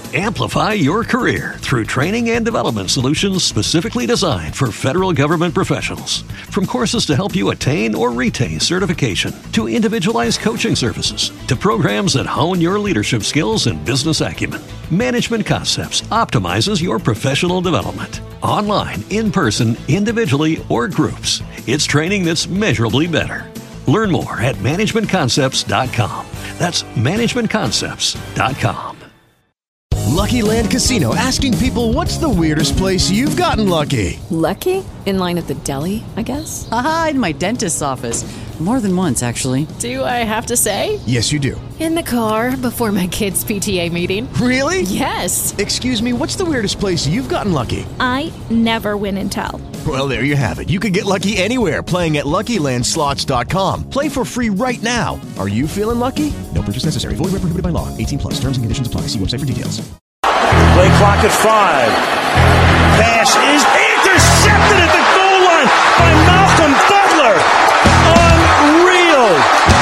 Amplify your career through training and development solutions specifically designed for federal government professionals. From courses to help you attain or retain certification, to individualized coaching services, to programs that hone your leadership skills and business acumen, Management Concepts optimizes your professional development. Online, in person, individually, or groups, it's training that's measurably better. Learn more at managementconcepts.com. That's managementconcepts.com. Lucky Land Casino, asking people, what's the weirdest place you've gotten lucky? Lucky? In line at the deli, I guess? Aha, in my dentist's office. More than once, actually. Do I have to say? Yes, you do. In the car before my kids' PTA meeting. Really? Yes. Excuse me, what's the weirdest place you've gotten lucky? I never win and tell. Well, there you have it. You can get lucky anywhere, playing at LuckyLandSlots.com. Play for free right now. Are you feeling lucky? No purchase necessary. Void where prohibited by law. 18 plus. Terms and conditions apply. See website for details. Play clock at 5. Pass is intercepted at the goal line by Malcolm Butler. Unreal.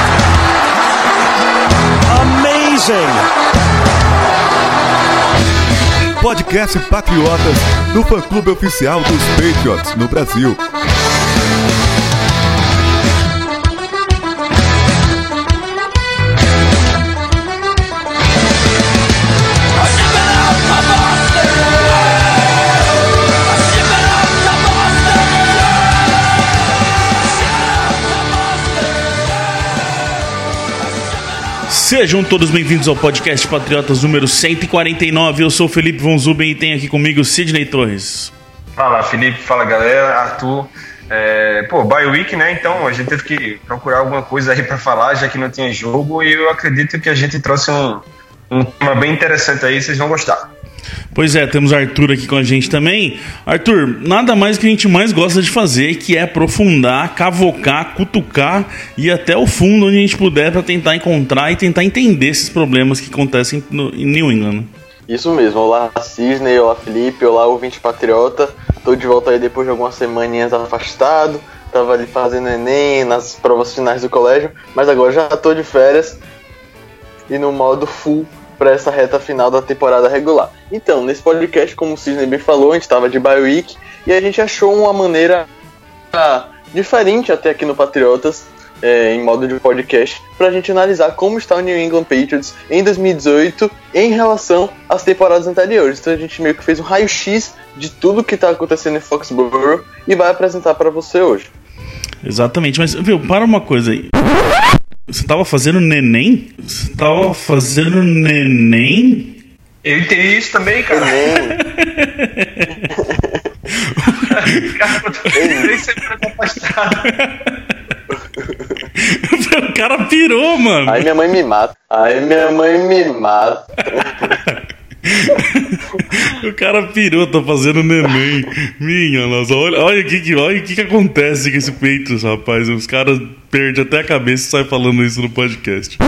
Amazing. Podcast Patriotas, do fã-clube oficial dos Patriots no Brasil. Sejam todos bem-vindos ao podcast Patriotas número 149. Eu sou o Felipe Von Zuben e tenho aqui comigo o Sidney Torres. Fala Felipe, fala galera, Arthur. Bye week, né? Então a gente teve que procurar alguma coisa aí pra falar, já que não tinha jogo, e eu acredito que a gente trouxe um tema bem interessante aí, vocês vão gostar. Pois é, temos o Arthur aqui com a gente também. Arthur, nada mais que a gente mais gosta de fazer, que é aprofundar, cavocar, cutucar e ir até o fundo onde a gente puder para tentar encontrar e tentar entender esses problemas que acontecem em New England. Isso mesmo, olá Cisne, olá Felipe, olá ouvinte patriota. Tô de volta aí depois de algumas semaninhas afastado, tava ali fazendo Enem nas provas finais do colégio, mas agora já tô de férias e no modo full para essa reta final da temporada regular. Então, nesse podcast, como o Cisne bem falou, a gente estava de bye week e a gente achou uma maneira diferente até aqui no Patriotas, em modo de podcast, para a gente analisar como está o New England Patriots em 2018 em relação às temporadas anteriores. Então a gente meio que fez um raio-x de tudo que está acontecendo em Foxborough e vai apresentar para você hoje. Exatamente, mas viu, para uma coisa aí. Você tava fazendo neném? Você tava fazendo neném? Eu entendi isso também, cara. O cara pirou, mano. Aí minha mãe me mata. O cara pirou, tá fazendo neném. Minha nossa, olha o que acontece com esse Patriots, rapaz. Os caras perdem até a cabeça e saem falando isso no podcast.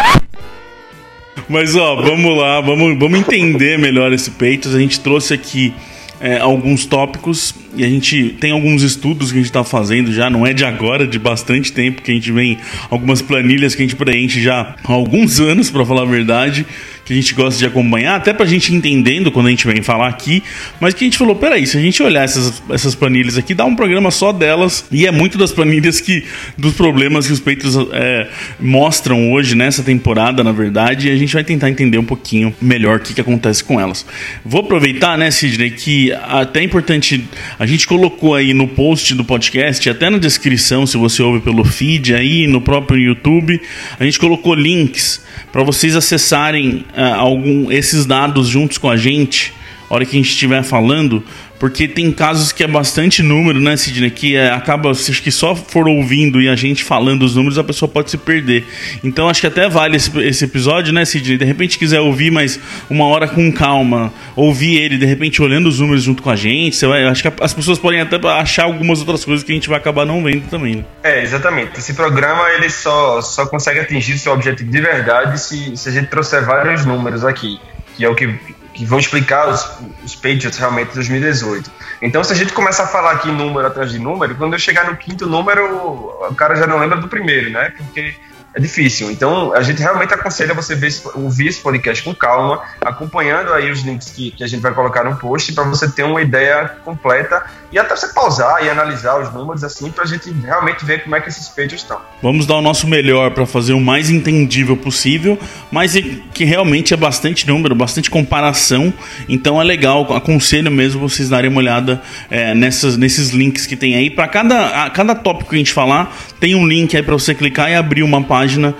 Mas vamos lá, vamos entender melhor esse Patriots. A gente trouxe aqui alguns tópicos e a gente tem alguns estudos que a gente está fazendo já, não é de agora, de bastante tempo, que a gente vem algumas planilhas que a gente preenche já há alguns anos, para falar a verdade, que a gente gosta de acompanhar, até pra gente ir entendendo quando a gente vem falar aqui, mas que a gente falou, peraí, se a gente olhar essas planilhas aqui, dá um programa só delas, e é muito das planilhas dos problemas que os Patriots mostram hoje nessa temporada, na verdade, e a gente vai tentar entender um pouquinho melhor o que acontece com elas. Vou aproveitar, né, Sidney, que até é importante, a gente colocou aí no post do podcast, até na descrição, se você ouve pelo feed aí, no próprio YouTube, a gente colocou links para vocês acessarem esses dados juntos com a gente, a hora que a gente estiver falando, porque tem casos que é bastante número, né, Sidney, que acaba, acho que só for ouvindo e a gente falando os números, a pessoa pode se perder. Então acho que até vale esse episódio, né, Sidney, de repente quiser ouvir mais uma hora com calma, ouvir ele, de repente olhando os números junto com a gente, acho que as pessoas podem até achar algumas outras coisas que a gente vai acabar não vendo também, né? Exatamente. Esse programa, ele só consegue atingir seu objetivo de verdade se a gente trouxer vários números aqui, que é o que vão explicar os Patriots realmente de 2018. Então, se a gente começar a falar aqui número atrás de número, quando eu chegar no quinto número, o cara já não lembra do primeiro, né? Porque é difícil. Então, a gente realmente aconselha você ouvir esse podcast com calma, acompanhando aí os links que a gente vai colocar no post, para você ter uma ideia completa e até você pausar e analisar os números, assim, pra gente realmente ver como é que esses Patriots estão. Vamos dar o nosso melhor para fazer o mais entendível possível, mas que realmente é bastante número, bastante comparação, então é legal, aconselho mesmo vocês darem uma olhada nesses links que tem aí. Para cada tópico que a gente falar, tem um link aí para você clicar e abrir uma página,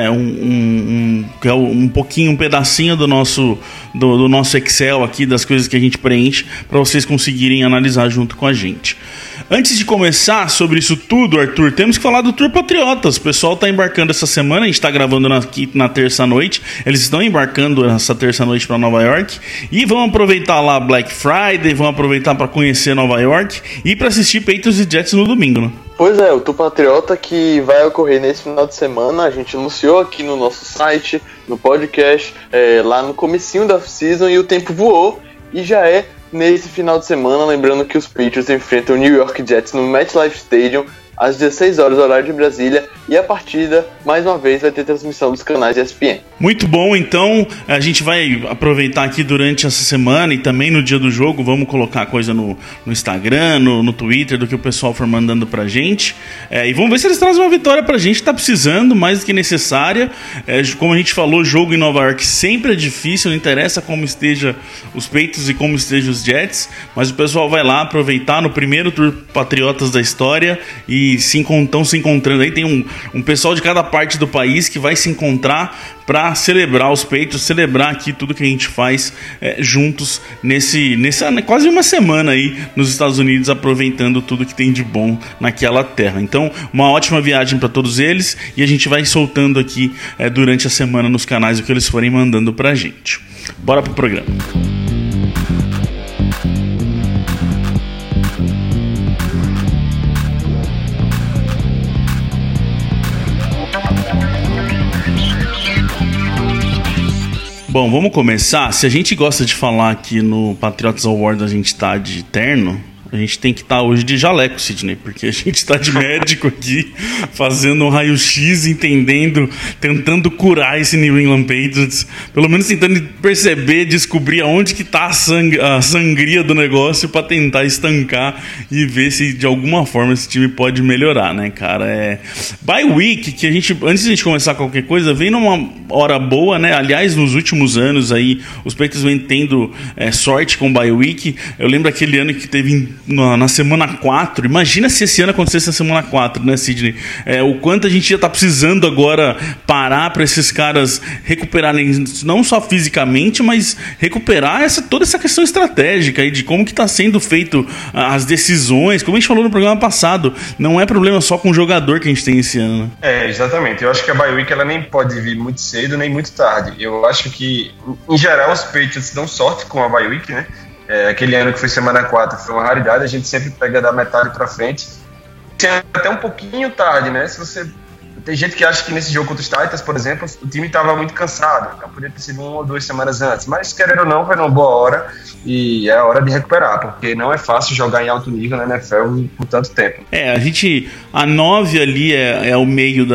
um pedacinho do nosso Excel aqui, das coisas que a gente preenche, para vocês conseguirem analisar junto com a gente. Antes de começar sobre isso tudo, Arthur, temos que falar do Tour Patriotas. O pessoal está embarcando essa semana, a gente está gravando aqui na terça-noite, eles estão embarcando essa terça-noite para Nova York e vão aproveitar lá Black Friday, vão aproveitar para conhecer Nova York e para assistir Patriots e Jets no domingo, né? Pois é, o Tour Patriota que vai ocorrer nesse final de semana, a gente anunciou aqui no nosso site, no podcast, lá no comecinho da off-season, e o tempo voou, e já é nesse final de semana, lembrando que os Patriots enfrentam o New York Jets no MetLife Stadium às 16 horas, horário de Brasília, e a partida, mais uma vez, vai ter transmissão dos canais ESPN. Muito bom, então a gente vai aproveitar aqui durante essa semana e também no dia do jogo, vamos colocar coisa no Instagram, no Twitter, do que o pessoal for mandando pra gente, e vamos ver se eles trazem uma vitória pra gente, tá precisando, mais do que necessária. Como a gente falou, jogo em Nova York sempre é difícil, não interessa como esteja os Patriots e como estejam os Jets, mas o pessoal vai lá aproveitar no primeiro Tour Patriotas da história e estão se encontrando aí, tem um pessoal de cada parte do país que vai se encontrar para celebrar os Patriots, celebrar aqui tudo que a gente faz juntos nessa quase uma semana aí nos Estados Unidos, aproveitando tudo que tem de bom naquela terra. Então, uma ótima viagem para todos eles, e a gente vai soltando aqui durante a semana nos canais o que eles forem mandando pra gente. Bora pro programa. Bom, vamos começar. Se a gente gosta de falar aqui no Patriots Award, a gente tá de terno, a gente tem que estar hoje de jaleco, Sidney, porque a gente está de médico aqui, fazendo um raio-x, tentando curar esse New England Patriots, pelo menos tentando perceber, descobrir aonde que está a sangria do negócio para tentar estancar e ver se de alguma forma esse time pode melhorar, né, cara? Bye week, que a gente, antes de a gente começar qualquer coisa, vem numa hora boa, né? Aliás, nos últimos anos aí, os Patriots vêm tendo sorte com bye week. Eu lembro aquele ano que teve na semana 4, imagina se esse ano acontecesse na semana 4, né, Sidney? O quanto a gente já tá precisando agora parar para esses caras recuperarem, não só fisicamente, mas recuperar toda essa questão estratégica aí de como que tá sendo feito as decisões, como a gente falou no programa passado, não é problema só com o jogador que a gente tem esse ano, né? Exatamente, eu acho que a bye week ela nem pode vir muito cedo, nem muito tarde. Eu acho que, em geral, os Patriots dão sorte com a bye week, né? Aquele ano que foi semana 4 foi uma raridade, a gente sempre pega da metade pra frente. Até um pouquinho tarde, né? Tem gente que acha que nesse jogo contra os Titans, por exemplo, o time estava muito cansado, então podia ter sido 1 ou 2 semanas antes, mas querendo ou não, foi uma boa hora e é a hora de recuperar, porque não é fácil jogar em alto nível na NFL por tanto tempo. A 9 ali é o meio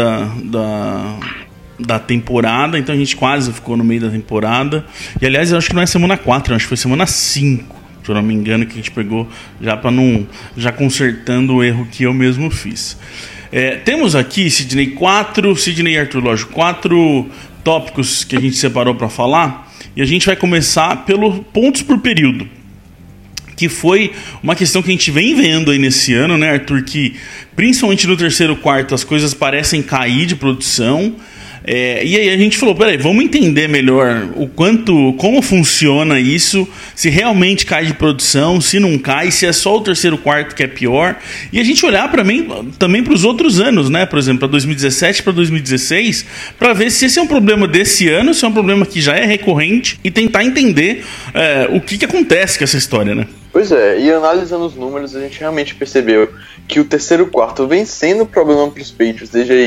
da temporada, então a gente quase ficou no meio da temporada. E aliás, eu acho que não é semana 4, eu acho que foi semana 5, se eu não me engano, que a gente pegou já consertando o erro que eu mesmo fiz. Temos aqui, Sidney e Arthur, lógico, 4 tópicos que a gente separou para falar, e a gente vai começar pelo pontos por período, que foi uma questão que a gente vem vendo aí nesse ano, né, Arthur, que principalmente no terceiro quarto as coisas parecem cair de produção. E aí a gente falou, peraí, vamos entender melhor como funciona isso, se realmente cai de produção, se não cai, se é só o terceiro quarto que é pior, e a gente olhar também para os outros anos, né? Por exemplo, para 2017, para 2016, para ver se esse é um problema desse ano, se é um problema que já é recorrente, e tentar entender o que acontece com essa história, né? Pois é, e analisando os números, a gente realmente percebeu que o terceiro quarto vem sendo problema para os Patriots desde aí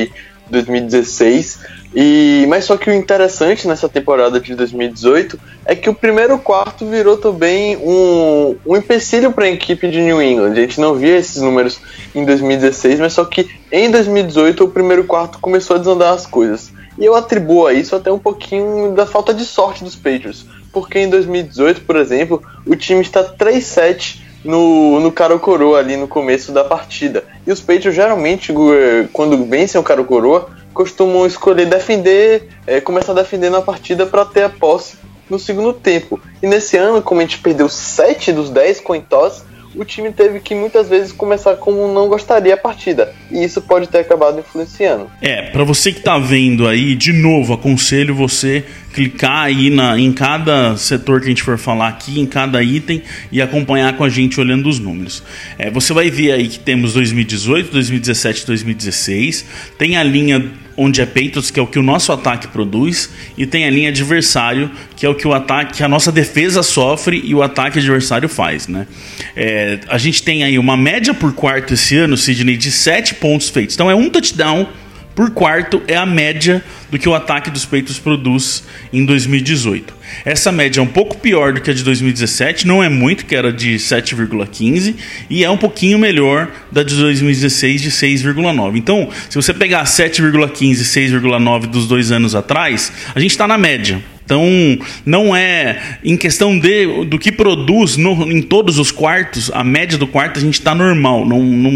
2016. Mas só que o interessante nessa temporada de 2018 é que o primeiro quarto virou também um empecilho para a equipe de New England. A gente não via esses números em 2016, mas só que em 2018 o primeiro quarto começou a desandar as coisas. E eu atribuo a isso até um pouquinho da falta de sorte dos Patriots, porque em 2018, por exemplo, o time está 3-7 no cara ou coroa ali no começo da partida. E os Patriots geralmente, quando vencem o cara ou coroa, costumam escolher começar a defender na partida para ter a posse no segundo tempo. E nesse ano, como a gente perdeu 7 dos 10 coin toss, o time teve que muitas vezes começar como não gostaria a partida. E isso pode ter acabado influenciando. Pra você que tá vendo aí, de novo, aconselho você clicar aí em cada setor que a gente for falar aqui, em cada item, e acompanhar com a gente olhando os números. Você vai ver aí que temos 2018, 2017, 2016. Tem a linha onde é Patriots, que é o que o nosso ataque produz, e tem a linha adversário, que é o que a nossa defesa sofre e o ataque adversário faz, né? A gente tem aí uma média por quarto esse ano, Sidney, de 7 pontos feitos. Então é um touchdown por quarto, é a média do que o ataque dos Patriots produz em 2018. Essa média é um pouco pior do que a de 2017, não é muito, que era de 7,15, e é um pouquinho melhor da de 2016, de 6,9. Então, se você pegar 7,15 e 6,9 dos 2 anos atrás, a gente está na média. Então, não é em questão do que produz em todos os quartos, a média do quarto a gente está normal.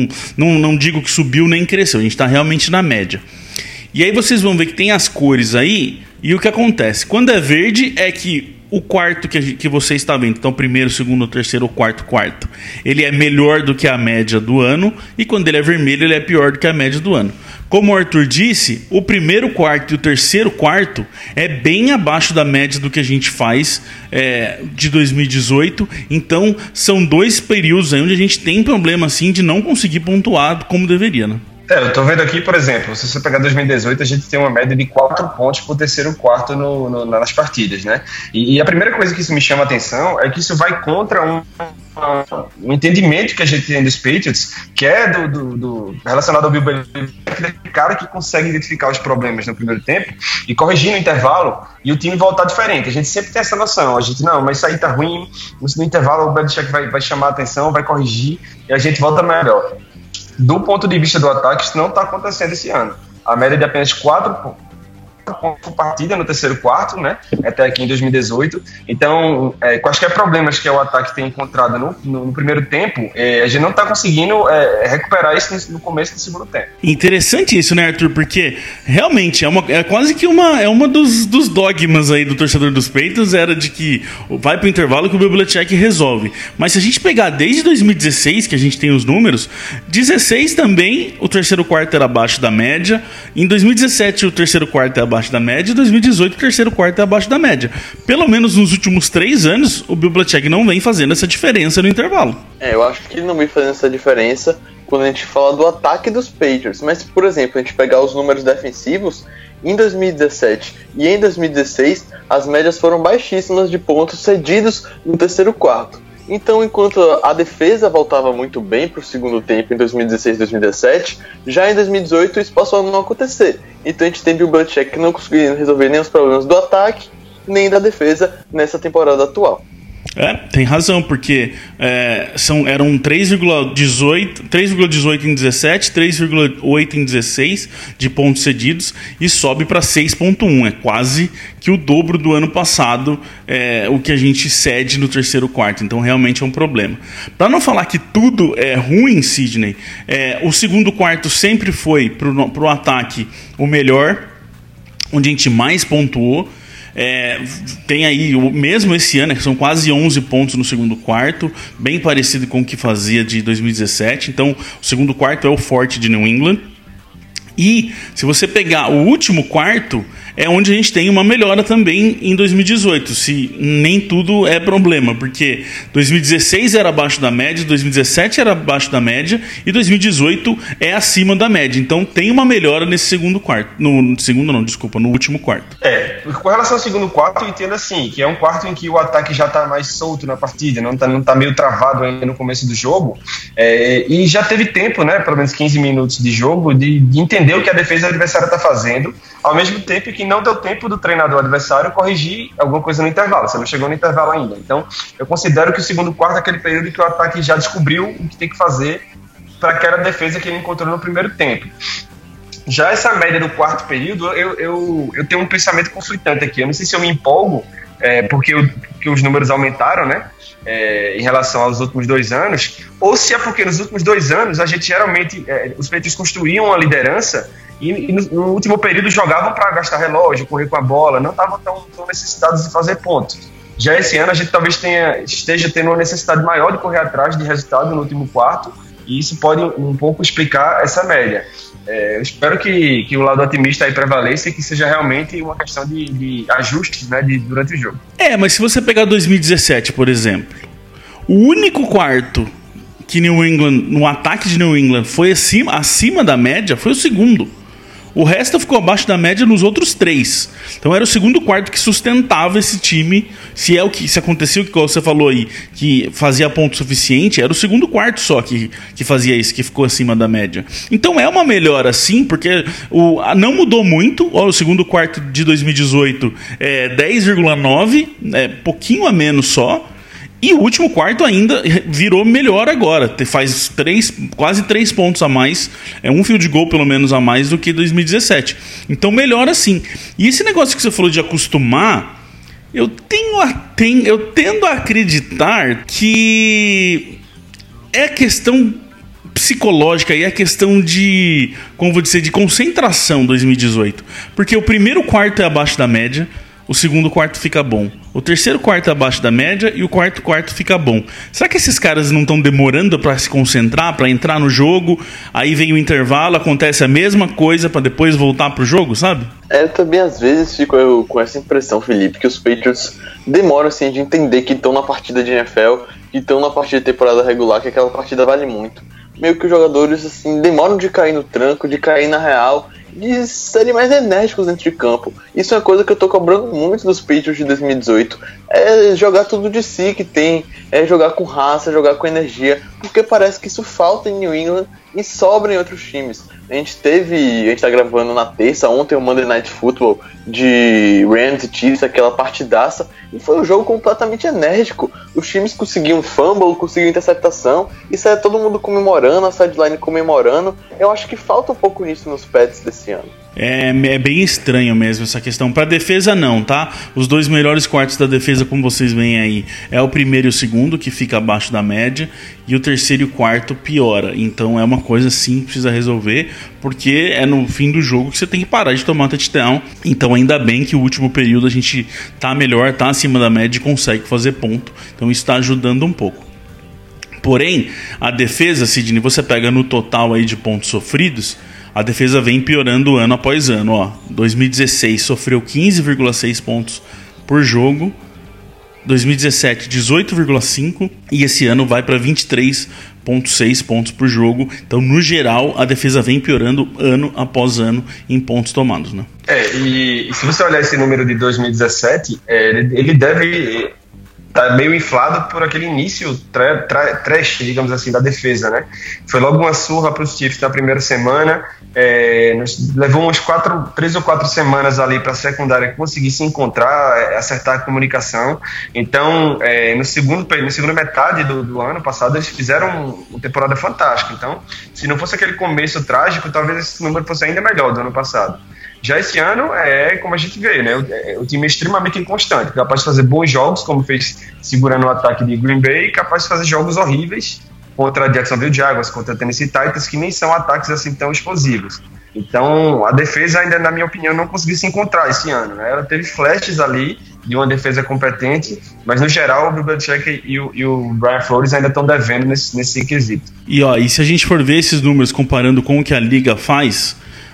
Não digo que subiu nem cresceu, a gente está realmente na média. E aí vocês vão ver que tem as cores aí, e o que acontece? Quando é verde é que o quarto que você está vendo, então primeiro, segundo, terceiro, quarto, ele é melhor do que a média do ano, e quando ele é vermelho ele é pior do que a média do ano. Como o Arthur disse, o primeiro quarto e o terceiro quarto é bem abaixo da média do que a gente faz de 2018. Então são 2 períodos aí onde a gente tem problema assim de não conseguir pontuar como deveria, né? Eu tô vendo aqui, por exemplo, se você pegar 2018, a gente tem uma média de 4 pontos por terceiro quarto nas partidas, né? E a primeira coisa que isso me chama a atenção é que isso vai contra um entendimento que a gente tem dos Patriots, que é relacionado ao Bill Belichick, aquele cara que consegue identificar os problemas no primeiro tempo e corrigir no intervalo e o time voltar diferente. A gente sempre tem essa noção, mas isso aí tá ruim, no intervalo o Belichick vai chamar a atenção, vai corrigir e a gente volta melhor. Do ponto de vista do ataque, isso não está acontecendo esse ano. A média de apenas 4 pontos por partida no terceiro quarto, né? Até aqui em 2018. Então, quaisquer problemas que o ataque tem encontrado no primeiro tempo, a gente não está conseguindo recuperar isso no começo do segundo tempo. Interessante isso, né, Arthur? Porque realmente é quase que uma dos dogmas aí do torcedor dos Patriots, era de que vai pro intervalo que o Bill Belichick resolve. Mas se a gente pegar desde 2016, que a gente tem os números, 16 também o terceiro quarto era abaixo da média, em 2017 o terceiro quarto é abaixo da média, e 2018 o terceiro quarto é abaixo da média. Pelo menos nos últimos 3 anos o Bill Belichick não vem fazendo essa diferença no intervalo. Eu acho que ele não vem fazendo essa diferença quando a gente fala do ataque dos Patriots, mas, por exemplo, a gente pegar os números defensivos, em 2017 e em 2016 as médias foram baixíssimas de pontos cedidos no terceiro quarto. Então, enquanto a defesa voltava muito bem para o segundo tempo em 2016 e 2017, já em 2018 isso passou a não acontecer. Então a gente tem Bill Belichick não conseguindo resolver nem os problemas do ataque, nem da defesa nessa temporada atual. Tem razão, porque eram 3,18 em 17, 3,8 em 16 de pontos cedidos e sobe para 6,1. É quase que o dobro do ano passado, o que a gente cede no terceiro quarto. Então realmente é um problema. Para não falar que tudo é ruim, Sidney, o segundo quarto sempre foi para o ataque o melhor, onde a gente mais pontuou. Tem aí, mesmo esse ano, são quase 11 pontos no segundo quarto, bem parecido com o que fazia de 2017. Então o segundo quarto é o forte de New England. E se você pegar o último quarto, é onde a gente tem uma melhora também em 2018, se nem tudo é problema, porque 2016 era abaixo da média, 2017 era abaixo da média e 2018 é acima da média. Então tem uma melhora nesse segundo quarto. No último quarto. Com relação ao segundo quarto, eu entendo assim, que é um quarto em que o ataque já está mais solto na partida, não tá meio travado ainda no começo do jogo, e já teve tempo, né, pelo menos 15 minutos de jogo, de entender o que a defesa adversária está fazendo, ao mesmo tempo que não deu tempo do treinador adversário corrigir alguma coisa no intervalo, você não chegou no intervalo ainda. Então, eu considero que o segundo quarto é aquele período que o ataque já descobriu o que tem que fazer para aquela defesa que ele encontrou no primeiro tempo. Já essa média do quarto período, eu tenho um pensamento conflitante aqui. Eu não sei se eu me empolgo, porque os números aumentaram, né, em relação aos últimos 2 anos, ou se é porque nos últimos 2 anos a gente geralmente, os Patriots construíam uma liderança e no último período jogavam para gastar relógio, correr com a bola, não estavam tão necessitados de fazer pontos. Já esse ano a gente talvez esteja tendo uma necessidade maior de correr atrás de resultado no último quarto, e isso pode um pouco explicar essa média. Eu espero que o lado otimista aí prevaleça e que seja realmente uma questão de ajustes, né, durante o jogo. Mas se você pegar 2017, por exemplo, o único quarto que New England, no ataque de New England, foi acima da média foi o segundo. O resto ficou abaixo da média nos outros 3. Então era o segundo quarto que sustentava esse time. Se acontecia o que você falou aí, que fazia ponto suficiente, era o segundo quarto só que fazia isso, que ficou acima da média. Então é uma melhora sim, porque não mudou muito. O segundo quarto de 2018 é 10,9, pouquinho a menos só. E o último quarto ainda virou melhor agora. Faz quase 3 pontos a mais. Um field goal pelo menos a mais do que 2017. Então melhora sim. E esse negócio que você falou de acostumar, eu tendo a acreditar que é questão psicológica e é questão de, como vou dizer, de concentração 2018. Porque o primeiro quarto é abaixo da média, o segundo quarto fica bom. O terceiro quarto é abaixo da média e o quarto fica bom. Será que esses caras não estão demorando para se concentrar, para entrar no jogo? Aí vem o intervalo, acontece a mesma coisa para depois voltar pro jogo, sabe? Eu também às vezes fico com essa impressão, Felipe, que os Patriots demoram assim de entender que estão na partida de NFL, que estão na partida de temporada regular, que aquela partida vale muito. Meio que os jogadores assim demoram de cair no tranco, de cair na real, de serem mais enérgicos dentro de campo. Isso é uma coisa que eu tô cobrando muito dos Patriots de 2018. É jogar tudo de si que tem, é jogar com raça, jogar com energia, porque parece que isso falta em New England e sobra em outros times. A gente tá gravando na terça, ontem o Monday Night Football de Rams e Chiefs, aquela partidaça, e foi um jogo completamente enérgico. Os times conseguiam fumble, conseguiam interceptação, e saia todo mundo comemorando, a sideline comemorando. Eu acho que falta um pouco nisso nos Pats desse ano. É bem estranho mesmo essa questão. Pra defesa não, tá? Os 2 melhores quartos da defesa, como vocês veem aí, é o primeiro e o segundo, que fica abaixo da média, e o terceiro e o quarto piora. Então é uma coisa sim que precisa resolver, porque é no fim do jogo que você tem que parar de tomar touchdown. Então ainda bem que o último período a gente tá melhor, tá acima da média e consegue fazer ponto. Então isso tá ajudando um pouco. Porém, a defesa, Sidney, você pega no total aí de pontos sofridos, a defesa vem piorando ano após ano. 2016 sofreu 15,6 pontos por jogo, 2017 18,5 e esse ano vai para 23,6 pontos por jogo. Então, no geral, a defesa vem piorando ano após ano em pontos tomados, né? E se você olhar esse número de 2017, ele deve tá meio inflado por aquele início trash, digamos assim, da defesa, né? Foi logo uma surra para os Chiefs na primeira semana, levou umas 3 ou 4 semanas ali para a secundária conseguir se encontrar, acertar a comunicação. Então, na segunda metade do ano passado, eles fizeram uma temporada fantástica. Então, se não fosse aquele começo trágico, talvez esse número fosse ainda melhor do ano passado. Já esse ano como a gente vê, né? O time é extremamente inconstante, capaz de fazer bons jogos, como fez segurando o ataque de Green Bay, capaz de fazer jogos horríveis contra Jacksonville Jaguars, contra Tennessee Titans, que nem são ataques assim tão explosivos. Então, a defesa ainda, na minha opinião, não conseguiu se encontrar esse ano, né? Ela teve flashes ali de uma defesa competente, mas no geral o Bill Belichick e o Brian Flores ainda estão devendo nesse quesito. E se a gente for ver esses números comparando com o que a liga faz,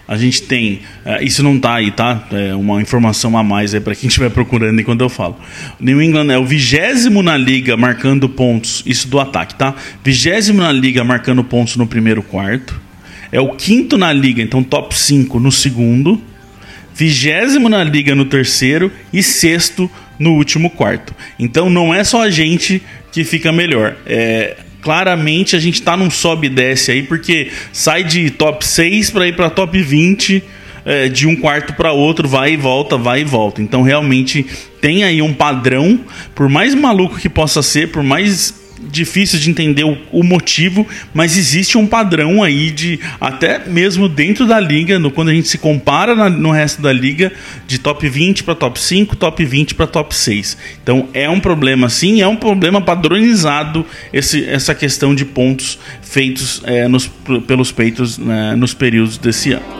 a gente tem, isso não tá aí, tá? É uma informação a mais aí para quem estiver procurando enquanto eu falo. New England é o 20º na liga marcando pontos, isso do ataque, tá? 20º na liga marcando pontos no primeiro quarto. É o 5º na liga, então top 5 no segundo. 20º na liga no terceiro e 6º no último quarto. Então não é só a gente que fica melhor. Claramente a gente tá num sobe e desce aí, porque sai de top 6 para ir para top 20, de um quarto para outro, vai e volta. Então realmente tem aí um padrão, por mais maluco que possa ser, por mais difícil de entender o motivo, mas existe um padrão aí de, até mesmo dentro da liga, quando a gente se compara no resto da liga, de top 20 para top 5, top 20 para top 6. Então é um problema sim, é um problema padronizado essa questão de pontos feitos pelos Patriots nos períodos desse ano.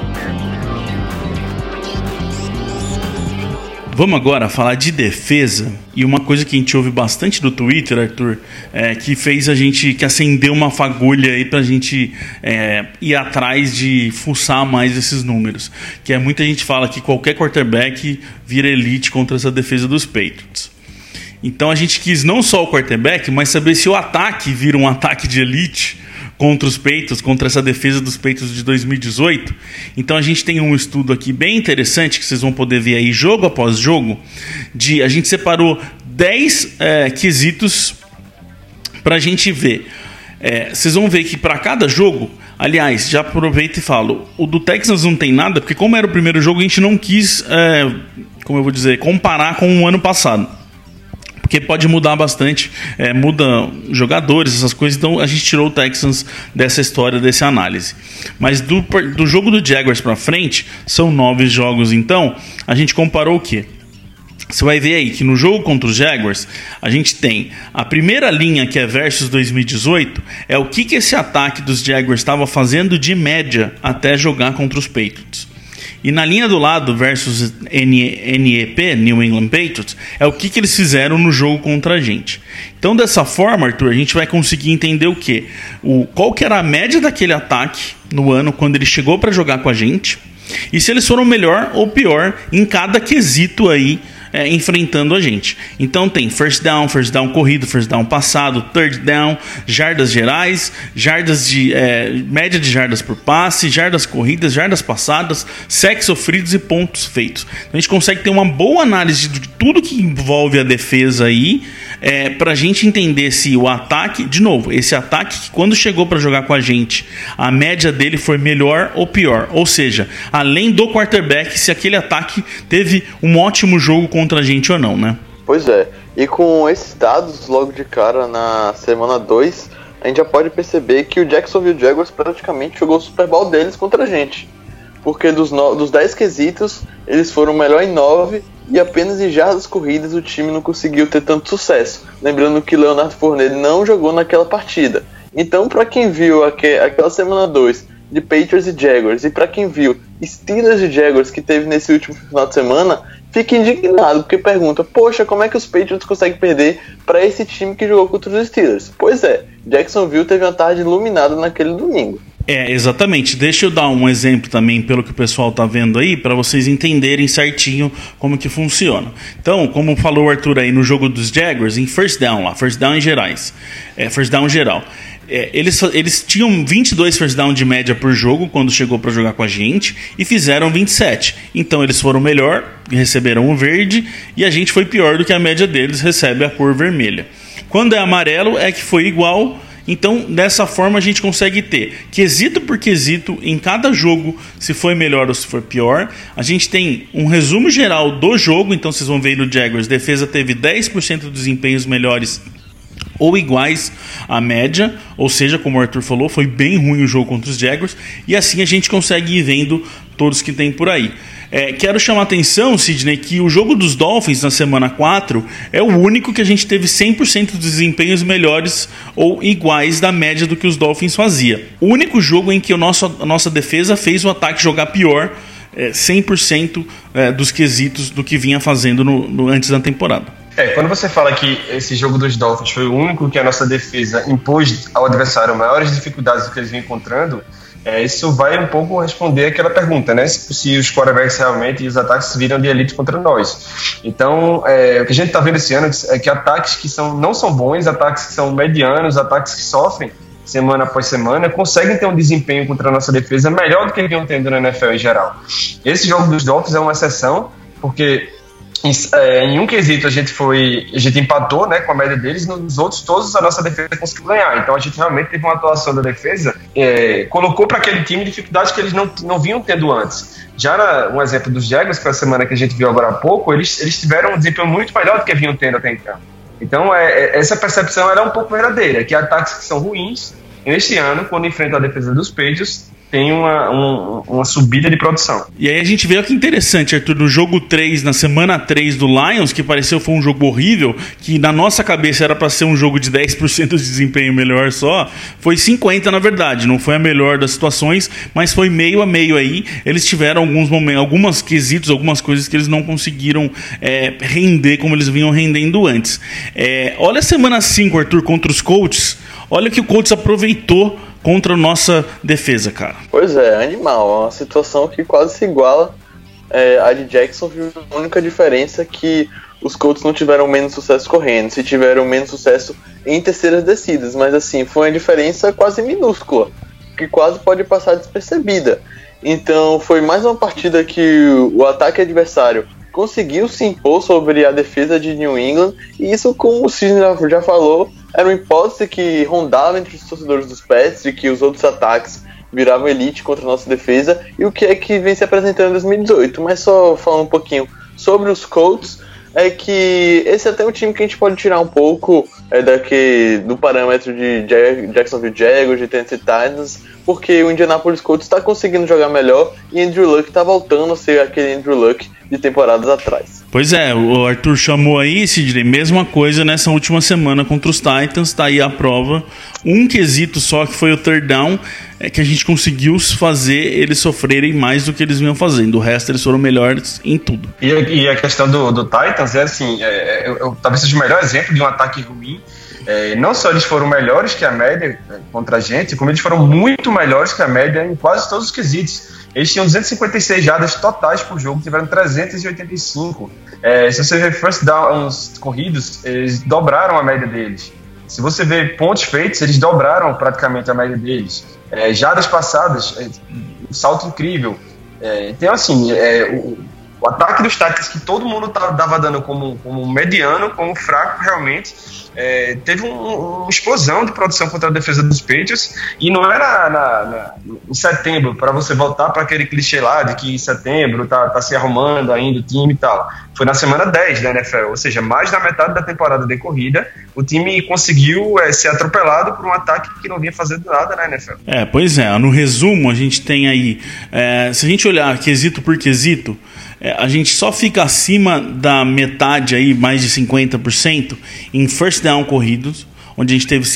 Vamos agora falar de defesa, e uma coisa que a gente ouve bastante do Twitter, Arthur, que fez a gente, que acendeu uma fagulha aí pra gente ir atrás de fuçar mais esses números, que muita gente fala que qualquer quarterback vira elite contra essa defesa dos Patriots. Então a gente quis não só o quarterback, mas saber se o ataque vira um ataque de elite contra os Patriots, contra essa defesa dos Patriots de 2018. Então a gente tem um estudo aqui bem interessante, que vocês vão poder ver aí jogo após jogo, a gente separou 10 quesitos pra gente ver. Vocês vão ver que para cada jogo, aliás, já aproveito e falo, o do Texans não tem nada, porque como era o primeiro jogo, a gente não quis, comparar com o ano passado, porque pode mudar bastante, muda jogadores, essas coisas, então a gente tirou o Texans dessa história, dessa análise. Mas do jogo do Jaguars pra frente, são 9 jogos, então a gente comparou o quê? Você vai ver aí que no jogo contra os Jaguars, a gente tem a primeira linha, que é versus 2018, é o que esse ataque dos Jaguars estava fazendo de média até jogar contra os Patriots. E na linha do lado, versus NEP, New England Patriots, é o que eles fizeram no jogo contra a gente. Então, dessa forma, Arthur, a gente vai conseguir entender o quê? Qual que era a média daquele ataque no ano, quando ele chegou para jogar com a gente, e se eles foram melhor ou pior em cada quesito aí, enfrentando a gente. Então tem first down corrido, first down passado, third down, jardas gerais, média de jardas por passe, jardas corridas, jardas passadas, sacks sofridos e pontos feitos. Então a gente consegue ter uma boa análise de tudo que envolve a defesa aí, pra gente entender se o ataque, de novo, esse ataque que quando chegou para jogar com a gente, a média dele foi melhor ou pior. Ou seja, além do quarterback, se aquele ataque teve um ótimo jogo contra a gente ou não, né? Pois é, e com esses dados logo de cara na semana 2, a gente já pode perceber que o Jacksonville Jaguars praticamente jogou o Super Bowl deles contra a gente, porque dos 10 quesitos, eles foram melhor em 9, e apenas em jardas corridas o time não conseguiu ter tanto sucesso, lembrando que Leonard Fournette não jogou naquela partida. Então, para quem viu aquela semana 2 de Patriots e Jaguars, e para quem viu Steelers e Jaguars que teve nesse último final de semana, fica indignado, porque pergunta, poxa, como é que os Patriots conseguem perder para esse time que jogou contra os Steelers? Pois é, Jacksonville teve uma tarde iluminada naquele domingo. Exatamente. Deixa eu dar um exemplo também, pelo que o pessoal tá vendo aí, para vocês entenderem certinho como que funciona. Então, como falou o Arthur aí no jogo dos Jaguars, em first down em gerais, first down geral, eles tinham 22 first down de média por jogo quando chegou para jogar com a gente, e fizeram 27. Então eles foram melhor, receberam o verde, e a gente foi pior do que a média deles, recebe a cor vermelha. Quando é amarelo é que foi igual. Então, dessa forma, a gente consegue ter quesito por quesito em cada jogo, se foi melhor ou se foi pior. A gente tem um resumo geral do jogo. Então, vocês vão ver no Jaguars, defesa teve 10% de desempenhos melhores ou iguais à média, ou seja, como o Arthur falou, foi bem ruim o jogo contra os Jaguars, e assim a gente consegue ir vendo todos que tem por aí. Quero chamar a atenção, Sidney, que o jogo dos Dolphins na semana 4 é o único que a gente teve 100% de desempenhos melhores ou iguais da média do que os Dolphins fazia. O único jogo em que a nossa defesa fez o ataque jogar pior, 100% dos quesitos do que vinha fazendo antes da temporada. Quando você fala que esse jogo dos Dolphins foi o único que a nossa defesa impôs ao adversário maiores dificuldades do que eles vinham encontrando, isso vai um pouco responder aquela pergunta, né? Se os quarterbacks realmente e os ataques viram de elite contra nós. Então, o que a gente está vendo esse ano é que ataques que não são bons, ataques que são medianos, ataques que sofrem semana após semana, conseguem ter um desempenho contra a nossa defesa melhor do que vinham tendo na NFL em geral. Esse jogo dos Dolphins é uma exceção, porque em um quesito a gente empatou, né, com a média deles, nos outros todos a nossa defesa conseguiu ganhar. Então a gente realmente teve uma atuação da defesa, colocou para aquele time dificuldades que eles não vinham tendo antes. Já um exemplo dos Jaguars, que foi a semana que a gente viu agora há pouco, eles tiveram um desempenho muito melhor do que vinham tendo até então. Então essa percepção ela é um pouco verdadeira, que ataques que são ruins, neste ano, quando enfrentam a defesa dos Patriots, tem uma subida de produção. E aí a gente vê que interessante, Arthur, no jogo 3, na semana 3 do Lions, que pareceu foi um jogo horrível, que na nossa cabeça era para ser um jogo de 10% de desempenho melhor só, foi 50% na verdade, não foi a melhor das situações, mas foi meio a meio aí. Eles tiveram alguns momentos, algumas quesitos, algumas coisas que eles não conseguiram render como eles vinham rendendo antes. Olha a semana 5, Arthur, contra os Colts, olha que o Colts aproveitou contra a nossa defesa, cara. Pois é, animal. É uma situação que quase se iguala à de Jacksonville. A única diferença é que os Colts não tiveram menos sucesso correndo, se tiveram menos sucesso em terceiras descidas. Mas assim, foi uma diferença quase minúscula, que quase pode passar despercebida. Então foi mais uma partida que o ataque adversário conseguiu se impor sobre a defesa de New England. E isso, como o Cisne já falou, era uma hipótese que rondava entre os torcedores dos Pets de que os outros ataques viravam elite contra a nossa defesa, e o que é que vem se apresentando em 2018. Mas só falando um pouquinho sobre os Colts, é que esse é até um time que a gente pode tirar um pouco do parâmetro de Jacksonville Jaguars, de Tennessee Titans, porque o Indianapolis Colts está conseguindo jogar melhor e Andrew Luck está voltando a ser aquele Andrew Luck de temporadas atrás. Pois é, o Arthur chamou aí, Sidney, mesma coisa nessa última semana contra os Titans, tá aí a prova. Um quesito só, que foi o third down, que a gente conseguiu fazer eles sofrerem mais do que eles vinham fazendo. O resto eles foram melhores em tudo. E a questão do Titans é assim, talvez seja o melhor exemplo de um ataque ruim. Não só eles foram melhores que a média contra a gente, como eles foram muito melhores que a média em quase todos os quesitos. Eles tinham 256 jardas totais por jogo, tiveram 385. Se você ver first downs corridos, eles dobraram a média deles. Se você ver pontos feitos, eles dobraram praticamente a média deles. Jardas passadas, um salto incrível. Então, assim, o ataque dos Titans, que todo mundo estava dando como mediano, como fraco realmente, teve uma explosão de produção contra a defesa dos Patriots, e não era em setembro, para você voltar para aquele clichê lá de que em setembro tá se arrumando ainda o time e tal. Foi na semana 10 da NFL, ou seja, mais da metade da temporada decorrida, o time conseguiu ser atropelado por um ataque que não vinha fazendo nada na NFL. Pois é, no resumo a gente tem aí, se a gente olhar quesito por quesito, a gente só fica acima da metade aí, mais de 50%, em first down corridos, onde a gente teve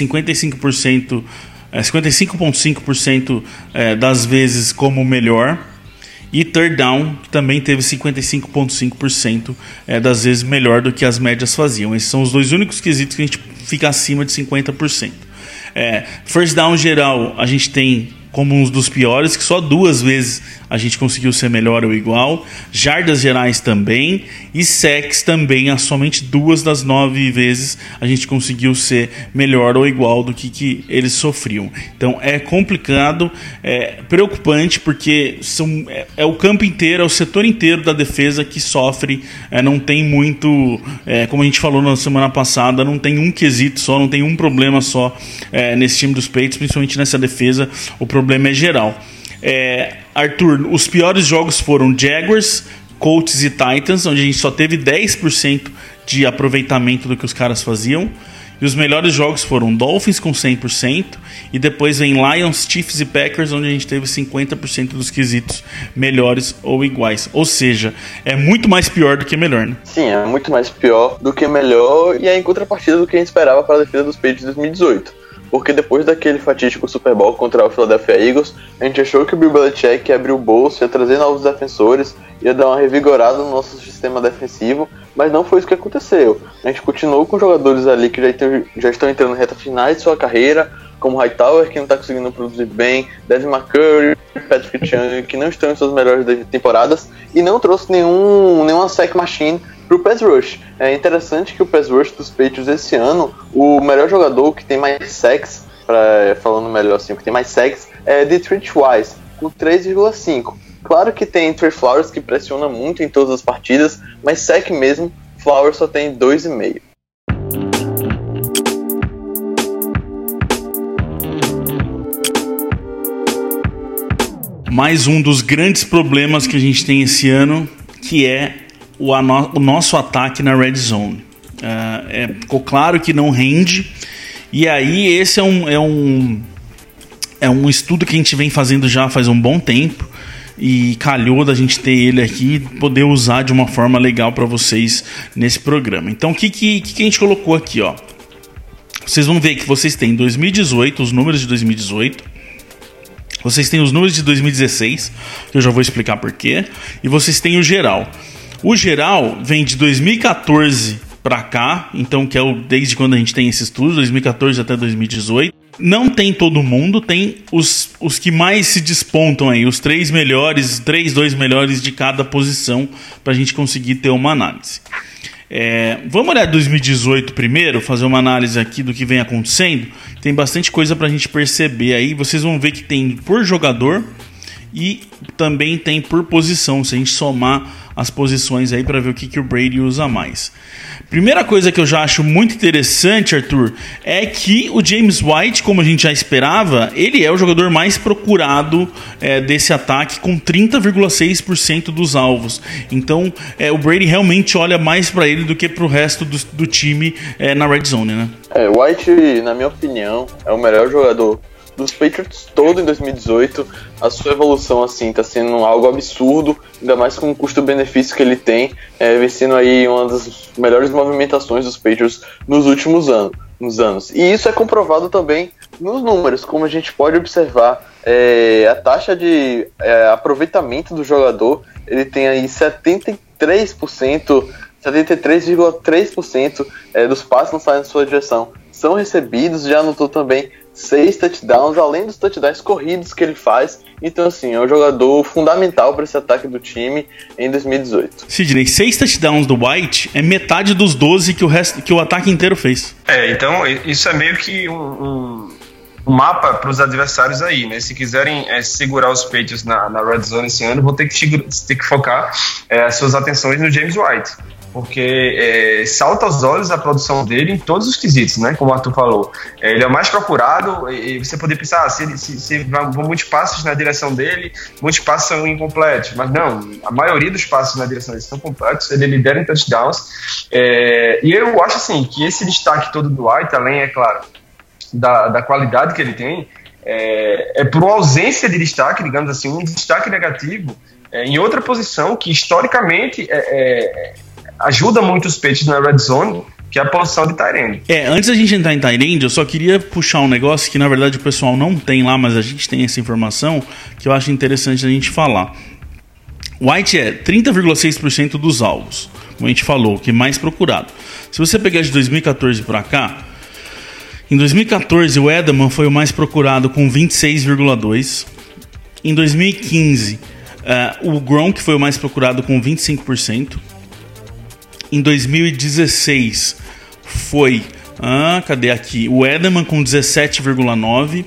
55,5% das vezes como melhor, e third down, que também teve 55,5% das vezes melhor do que as médias faziam. Esses são os dois únicos quesitos que a gente fica acima de 50%. First down geral, a gente tem como um dos piores, que só 2 vezes a gente conseguiu ser melhor ou igual. Jardas gerais também, e sacks também, somente 2 das 9 vezes a gente conseguiu ser melhor ou igual do que eles sofriam. Então é complicado, preocupante, porque é o campo inteiro, é o setor inteiro da defesa que sofre. Não tem muito, como a gente falou na semana passada, não tem um quesito só, não tem um problema só nesse time dos Patriots, principalmente nessa defesa. O problema é geral. Arthur, os piores jogos foram Jaguars, Colts e Titans, onde a gente só teve 10% de aproveitamento do que os caras faziam. E os melhores jogos foram Dolphins com 100%, e depois vem Lions, Chiefs e Packers, onde a gente teve 50% dos quesitos melhores ou iguais. Ou seja, é muito mais pior do que melhor, né? Sim, é muito mais pior do que melhor, e é em contrapartida do que a gente esperava para a defesa dos Patriots de 2018. Porque depois daquele fatídico Super Bowl contra o Philadelphia Eagles, a gente achou que o Bill Belichick ia abrir o bolso, ia trazer novos defensores, ia dar uma revigorada no nosso sistema defensivo, mas não foi isso que aconteceu. A gente continuou com jogadores ali que já estão entrando na reta final de sua carreira, como Hightower, que não tá conseguindo produzir bem, Devin McCurry, Patrick Chung, que não estão em suas melhores temporadas, e não trouxe nenhuma sack machine pro pass rush. É interessante que o pass rush dos Patriots esse ano, o melhor jogador que tem mais sacks, falando melhor assim, o que tem mais sacks, é Detroit Wise, com 3,5. Claro que tem Trey Flowers, que pressiona muito em todas as partidas, mas sack mesmo, Flowers só tem 2,5. Mais um dos grandes problemas que a gente tem esse ano, que é o nosso ataque na red zone. Ficou claro que não rende, e aí esse é um estudo que a gente vem fazendo já faz um bom tempo, e calhou da gente ter ele aqui e poder usar de uma forma legal para vocês nesse programa. Então o que a gente colocou aqui, ó? Vocês vão ver que vocês têm 2018, os números de 2018, vocês têm os números de 2016, que eu já vou explicar por quê, e vocês têm o geral. O geral vem de 2014 para cá, então que é desde quando a gente tem esse estudo, 2014 até 2018. Não tem todo mundo, tem os que mais se despontam aí, os 2 melhores de cada posição, para a gente conseguir ter uma análise. Vamos olhar 2018 primeiro, fazer uma análise aqui do que vem acontecendo. Tem bastante coisa para a gente perceber aí. Vocês vão ver que tem por jogador e também tem por posição, se a gente somar as posições aí para ver o que o Brady usa mais. Primeira coisa que eu já acho muito interessante, Arthur, é que o James White, como a gente já esperava, ele é o jogador mais procurado desse ataque, com 30,6% dos alvos. Então o Brady realmente olha mais para ele do que para o resto do time na red zone, né? White, na minha opinião, é o melhor jogador dos Patriots todo em 2018. A sua evolução assim tá sendo algo absurdo, ainda mais com o custo-benefício que ele tem, vem sendo aí uma das melhores movimentações dos Patriots nos últimos anos. E isso é comprovado também nos números, como a gente pode observar, a taxa de aproveitamento do jogador, ele tem aí 73,3% dos passes lançados em sua direção são recebidos. Já anotou também 6 touchdowns, além dos touchdowns corridos que ele faz. Então, assim, é um jogador fundamental para esse ataque do time em 2018. Sidney, 6 touchdowns do White é metade dos 12 que o ataque inteiro fez. Então isso é meio que um mapa para os adversários aí, né? Se quiserem segurar os Patriots na red zone esse ano, vão ter que focar as suas atenções no James White. Porque salta aos olhos a produção dele em todos os quesitos, né? Como o Arthur falou. Ele é o mais procurado, e você poderia pensar, se vão muitos passos na direção dele, muitos passos são incompletos. Mas não, a maioria dos passos na direção dele são completos, ele lidera em touchdowns. E eu acho assim, que esse destaque todo do White, além, é claro, da qualidade que ele tem, por uma ausência de destaque, digamos assim, um destaque negativo em outra posição que historicamente ajuda muito os Patriots na red zone, que é a posição de tight end. Antes da gente entrar em tight end, eu só queria puxar um negócio que na verdade o pessoal não tem lá, mas a gente tem essa informação que eu acho interessante a gente falar. White é 30,6% dos alvos, como a gente falou, que é mais procurado. Se você pegar de 2014 para cá, em 2014 o Edelman foi o mais procurado com 26,2%. Em 2015 o Gronk foi o mais procurado com 25%. Em 2016 foi, cadê aqui? O Edelman com 17,9%.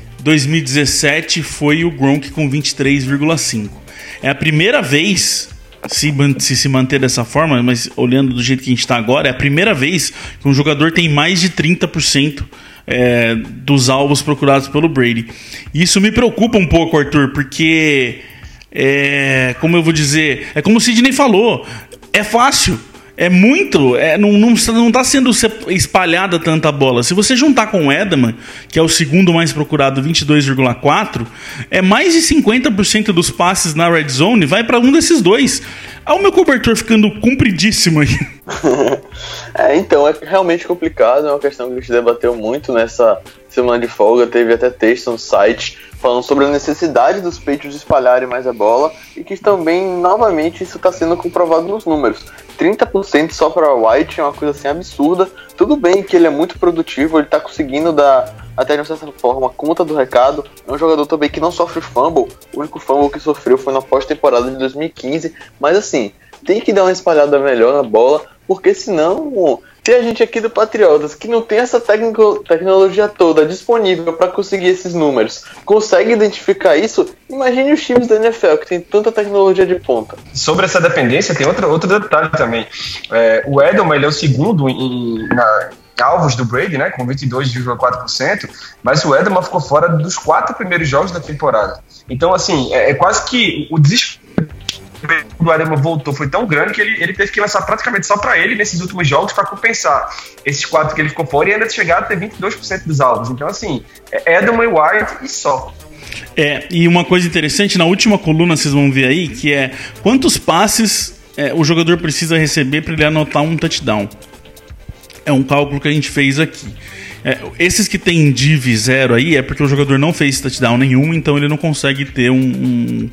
2017 foi o Gronk com 23,5%. É a primeira vez, se manter dessa forma, mas olhando do jeito que a gente está agora, é a primeira vez que um jogador tem mais de 30% dos alvos procurados pelo Brady. E isso me preocupa um pouco, Arthur, porque como eu vou dizer, é como o Sidney falou, é fácil. É muito, não está sendo espalhada tanta bola. Se você juntar com o Edelman, que é o segundo mais procurado, 22,4%, mais de 50% dos passes na red zone vai para um desses dois. Olha o meu cobertor ficando compridíssimo aí. Então, é realmente complicado, é uma questão que a gente debateu muito nessa semana de folga, teve até texto no site falando sobre a necessidade dos Patriots espalharem mais a bola e que também, novamente, isso está sendo comprovado nos números. 30% só para White é uma coisa assim absurda, tudo bem que ele é muito produtivo, ele tá conseguindo dar, até de uma certa forma, conta do recado. É um jogador também que não sofre fumble. O único fumble que sofreu foi na pós-temporada de 2015. Mas assim, tem que dar uma espalhada melhor na bola, porque senão, se a gente aqui do Patriotas, que não tem essa tecnologia toda disponível para conseguir esses números, consegue identificar isso, imagine os times da NFL, que tem tanta tecnologia de ponta. Sobre essa dependência, tem outro detalhe também. O Edelman, ele é o segundo em alvos do Brady, né, com 22,4%, mas o Edelman ficou fora dos 4 primeiros jogos da temporada. Então, assim, é quase que o desespero do Edelman voltou foi tão grande que ele teve que lançar praticamente só para ele nesses últimos jogos para compensar esses 4 que ele ficou fora e ainda chegar a ter 22% dos alvos. Então, assim, Edelman e White e só. E uma coisa interessante, na última coluna vocês vão ver aí, que é quantos passes o jogador precisa receber para ele anotar um touchdown. É um cálculo que a gente fez aqui. Esses que tem div 0 aí é porque o jogador não fez touchdown nenhum, então ele não consegue ter um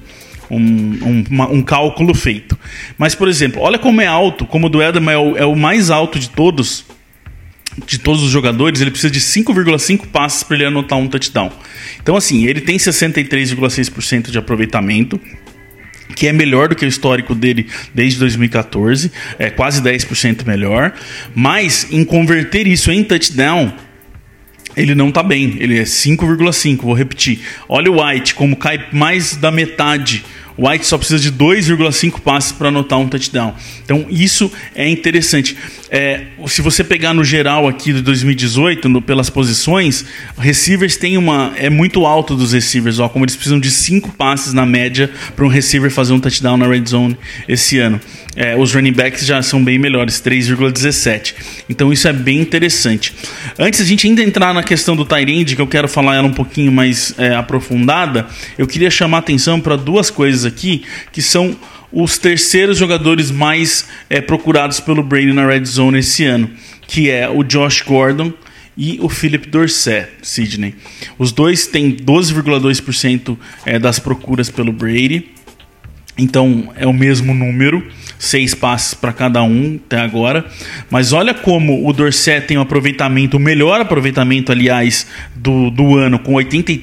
cálculo feito. Mas, por exemplo, olha como é alto, como o do Edelman é o mais alto de todos os jogadores. Ele precisa de 5,5 passes para ele anotar um touchdown. Então, assim, ele tem 63,6% de aproveitamento, que é melhor do que o histórico dele desde 2014, é quase 10% melhor, mas em converter isso em touchdown, ele não tá bem, ele é 5,5, vou repetir. Olha o White, como cai mais da metade. O White só precisa de 2,5 passes para anotar um touchdown. Então isso é interessante. Se você pegar no geral aqui de 2018, pelas posições, receivers tem é muito alto dos receivers, como eles precisam de 5 passes na média para um receiver fazer um touchdown na red zone esse ano. Os running backs já são bem melhores, 3,17. Então isso é bem interessante. Antes a gente ainda entrar na questão do tight end, que eu quero falar ela um pouquinho mais aprofundada, eu queria chamar a atenção para 2 coisas aqui, que são os terceiros jogadores mais procurados pelo Brady na red zone esse ano, que é o Josh Gordon e o Philip Dorsett, Sidney. Os dois têm 12,2% das procuras pelo Brady. Então é o mesmo número, 6 passes para cada um até agora. Mas olha como o Dorsett tem o melhor aproveitamento, aliás, do ano, com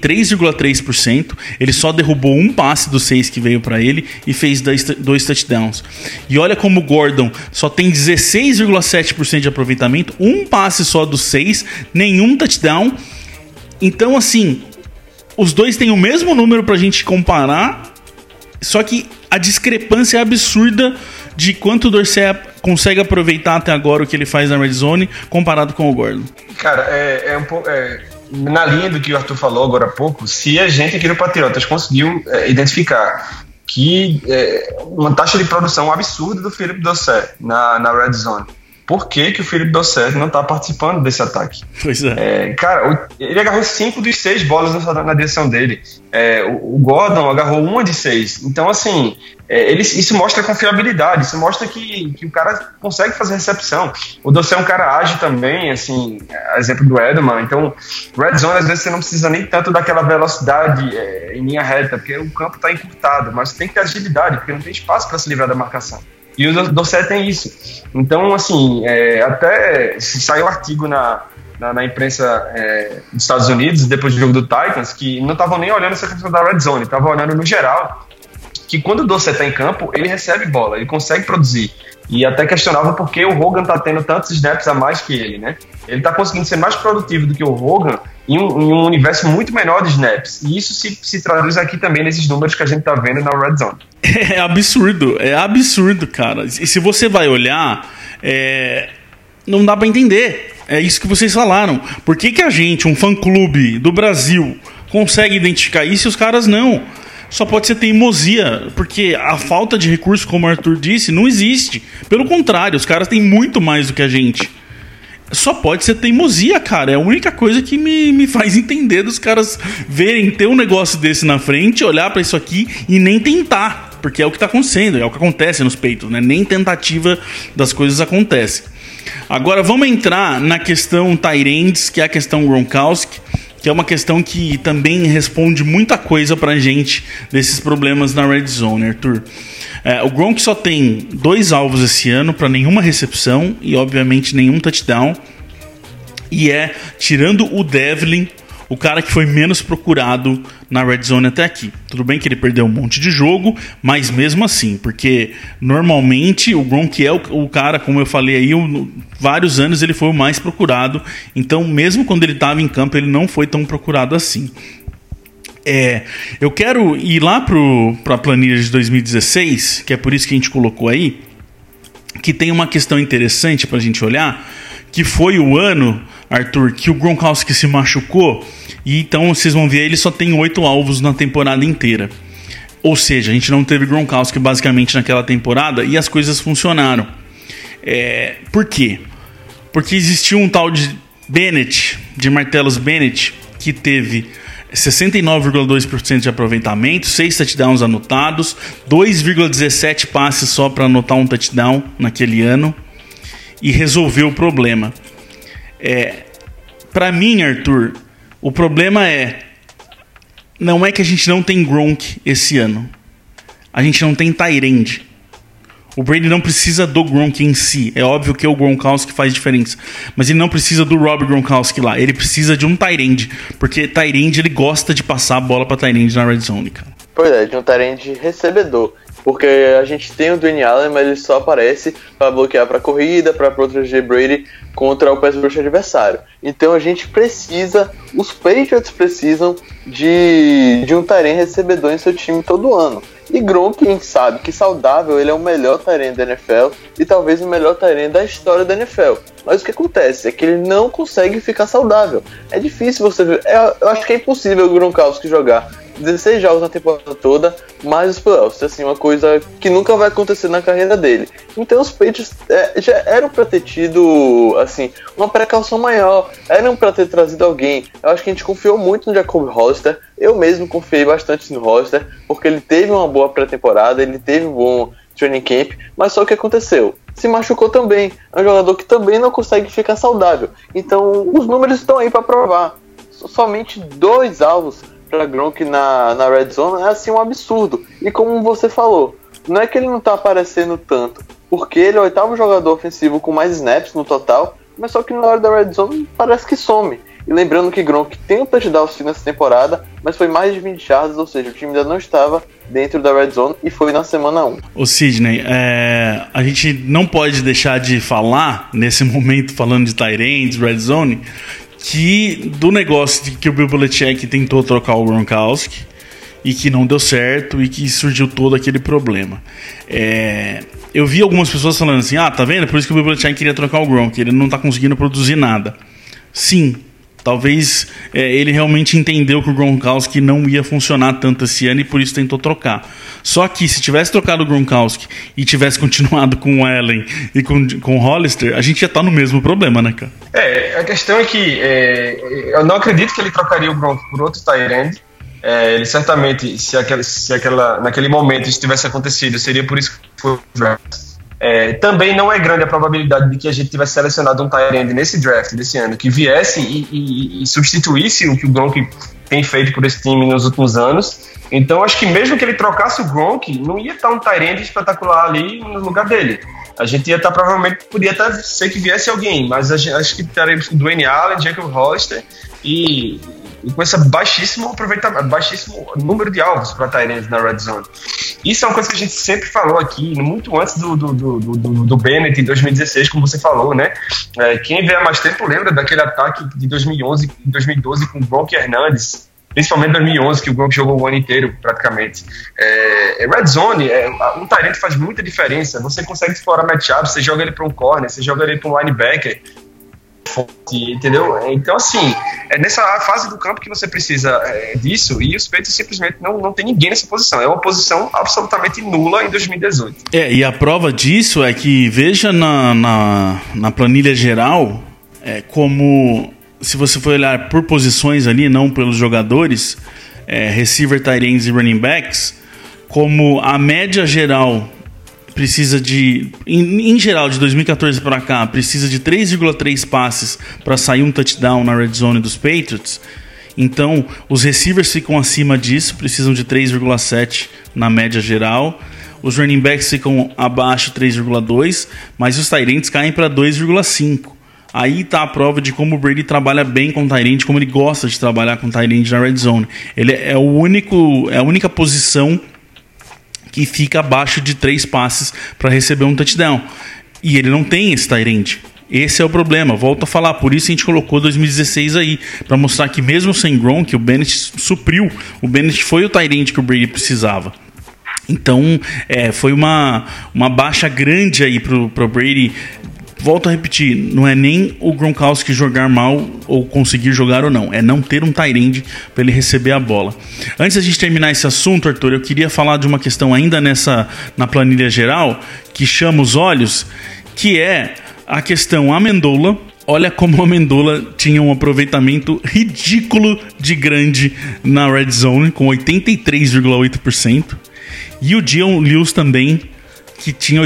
83,3%. Ele só derrubou um passe dos 6 que veio para ele e fez 2 touchdowns. E olha como o Gordon só tem 16,7% de aproveitamento, um passe só dos 6, nenhum touchdown. Então, assim, os dois têm o mesmo número para a gente comparar, só que a discrepância é absurda de quanto o Dorsett consegue aproveitar até agora o que ele faz na red zone comparado com o Gordon. Cara, um pouco na linha do que o Arthur falou agora há pouco. Se a gente aqui no Patriotas conseguiu identificar que uma taxa de produção absurda do Philip Dorsett na red zone, por que o Philip Dorsett não está participando desse ataque? Pois é. Cara, ele agarrou 5 dos 6 bolas na direção dele. O Gordon agarrou 1 de 6. Então, assim, isso mostra confiabilidade. Isso mostra que o cara consegue fazer recepção. O Dorsett é um cara ágil também, assim, exemplo do Edelman. Então, red zone, às vezes você não precisa nem tanto daquela velocidade em linha reta, porque o campo está encurtado, mas você tem que ter agilidade, porque não tem espaço para se livrar da marcação. E o Dorsett tem isso. Então, assim, até saiu um artigo na imprensa dos Estados Unidos, depois do jogo do Titans, que não estavam nem olhando essa questão da red zone, estavam olhando no geral, que quando o Dorsett está em campo, ele recebe bola, ele consegue produzir. E até questionava por que o Hogan está tendo tantos snaps a mais que ele, né? Ele está conseguindo ser mais produtivo do que o Hogan em um universo muito menor de snaps. E isso se traduz aqui também nesses números que a gente está vendo na red zone. É absurdo, cara. E se você vai olhar, não dá pra entender. É isso que vocês falaram. Por que a gente, um fã-clube do Brasil, consegue identificar isso e os caras não? Só pode ser teimosia, porque a falta de recurso, como o Arthur disse, não existe. Pelo contrário, os caras têm muito mais do que a gente. Só pode ser teimosia, cara. É a única coisa que me faz entender dos caras ter um negócio desse na frente, olhar pra isso aqui e nem tentar. Porque é o que tá acontecendo, é o que acontece nos peitos, né? Nem tentativa das coisas acontece. Agora vamos entrar na questão tight ends, que é a questão Gronkowski, que é uma questão que também responde muita coisa pra gente desses problemas na red zone, Arthur. O Gronk só tem 2 alvos esse ano para nenhuma recepção e obviamente nenhum touchdown. E tirando o Devlin, o cara que foi menos procurado na Red Zone até aqui. Tudo bem que ele perdeu um monte de jogo, mas mesmo assim, porque normalmente o Gronk é o cara, como eu falei aí, vários anos ele foi o mais procurado. Então, mesmo quando ele estava em campo, ele não foi tão procurado assim. Eu quero ir lá para a planilha de 2016, que é por isso que a gente colocou aí, que tem uma questão interessante para a gente olhar, que foi o ano, Arthur, que o Gronkowski se machucou, e então vocês vão ver, ele só tem 8 alvos na temporada inteira. Ou seja, a gente não teve Gronkowski basicamente naquela temporada, e as coisas funcionaram. Por quê? Porque existiu um tal de Bennett, de Martellus Bennett, que teve 69,2% de aproveitamento, 6 touchdowns anotados, 2,17 passes só para anotar um touchdown naquele ano, e resolveu o problema. Para mim, Arthur, o problema não é que a gente não tem Gronk esse ano, a gente não tem tight end. O Brady não precisa do Gronk em si. É óbvio que o Gronkowski faz diferença, mas ele não precisa do Rob Gronkowski lá. Ele precisa de um tight end, porque tight end ele gosta de passar a bola para tight end na red zone, cara. Pois é, de um tight end recebedor. Porque a gente tem o Dwayne Allen, mas ele só aparece para bloquear para corrida, para proteger Brady contra o pass rush adversário. Então a gente precisa, os Patriots precisam de um tight end recebedor em seu time todo ano. E Gronk, quem sabe que saudável, ele é o melhor tight end da NFL e talvez o melhor tight end da história da NFL. Mas o que acontece é que ele não consegue ficar saudável. É difícil você ver, eu acho que é impossível o Gronkowski jogar 16 jogos na temporada toda, mais os playoffs, assim, uma coisa que nunca vai acontecer na carreira dele. Então os Patriots já eram para ter tido, assim, uma precaução maior, eram para ter trazido alguém. Eu acho que a gente confiou muito no Jacob Hollister, eu mesmo confiei bastante no Hollister, porque ele teve uma boa pré-temporada, ele teve um bom training camp, mas só o que aconteceu? Se machucou também, é um jogador que também não consegue ficar saudável. Então os números estão aí para provar, somente 2 alvos para Gronk na Red Zone é assim um absurdo. E como você falou, não é que ele não tá aparecendo tanto, porque ele é o 8º jogador ofensivo com mais snaps no total, mas só que na hora da Red Zone parece que some. E lembrando que Gronk tem um touchdown sim nessa temporada, mas foi mais de 20 yards, ou seja, o time ainda não estava dentro da Red Zone e foi na semana 1. Ô Sidney, a gente não pode deixar de falar, nesse momento falando de tight ends, Red Zone, que do negócio de que o Bill Belichick tentou trocar o Gronkowski e que não deu certo e que surgiu todo aquele problema. Eu vi algumas pessoas falando assim, tá vendo? Por isso que o Bill Belichick queria trocar o Gronk, ele não tá conseguindo produzir nada. Sim, talvez ele realmente entendeu que o Gronkowski não ia funcionar tanto esse ano e por isso tentou trocar. Só que se tivesse trocado o Gronkowski e tivesse continuado com o Allen e com o Hollister, a gente ia estar no mesmo problema, né, cara? A questão é que eu não acredito que ele trocaria o Gronk por outro tight end. Ele certamente, naquele momento isso tivesse acontecido, seria por isso que foi o draft. Também não é grande a probabilidade de que a gente tivesse selecionado um tight end nesse draft desse ano que viesse e substituísse o que o Gronk tem feito por esse time nos últimos anos. Então acho que mesmo que ele trocasse o Gronk, não ia estar um tight end espetacular ali no lugar dele. A gente ia estar, provavelmente, podia até ser que viesse alguém, mas acho que teremos o Dwayne Allen, Jacob Hollister e com esse baixíssimo número de alvos para tight ends na Red Zone. Isso é uma coisa que a gente sempre falou aqui, muito antes do Bennett em 2016, como você falou, né? Quem vê há mais tempo lembra daquele ataque de 2011 e 2012 com o Gronk e Hernandez, principalmente em 2011, que o Gronk jogou o ano inteiro praticamente. Red Zone, um tight end faz muita diferença. Você consegue explorar matchup, você joga ele para um corner, você joga ele para um linebacker, entendeu? Então assim, é nessa fase do campo que você precisa disso, e os Patriots simplesmente não tem ninguém nessa posição. É uma posição absolutamente nula em 2018. E a prova disso é que veja na planilha geral, como se você for olhar por posições ali, não pelos jogadores, receiver, tight ends e running backs, como a média geral precisa em geral, de 2014 para cá, precisa de 3,3 passes para sair um touchdown na red zone dos Patriots. Então, os receivers ficam acima disso, precisam de 3,7 na média geral. Os running backs ficam abaixo, 3,2, mas os tight ends caem para 2,5. Aí tá a prova de como o Brady trabalha bem com o tight end, como ele gosta de trabalhar com o tight end na red zone. Ele é a única posição que fica abaixo de 3 passes para receber um touchdown. E ele não tem esse tight end. Esse é o problema, volto a falar, por isso a gente colocou 2016 aí, para mostrar que mesmo sem Gronk, o Bennett supriu, o Bennett foi o tight end que o Brady precisava. Então, foi uma baixa grande aí pro Brady. Volto a repetir, não é nem o Gronkowski jogar mal ou conseguir jogar ou não, é não ter um tight end para ele receber a bola. Antes da gente terminar esse assunto, Arthur, eu queria falar de uma questão ainda na planilha geral, que chama os olhos, que é a questão Amendola. Olha como a Amendola tinha um aproveitamento ridículo de grande na red zone, com 83,8%. E o Dion Lewis também, que tinha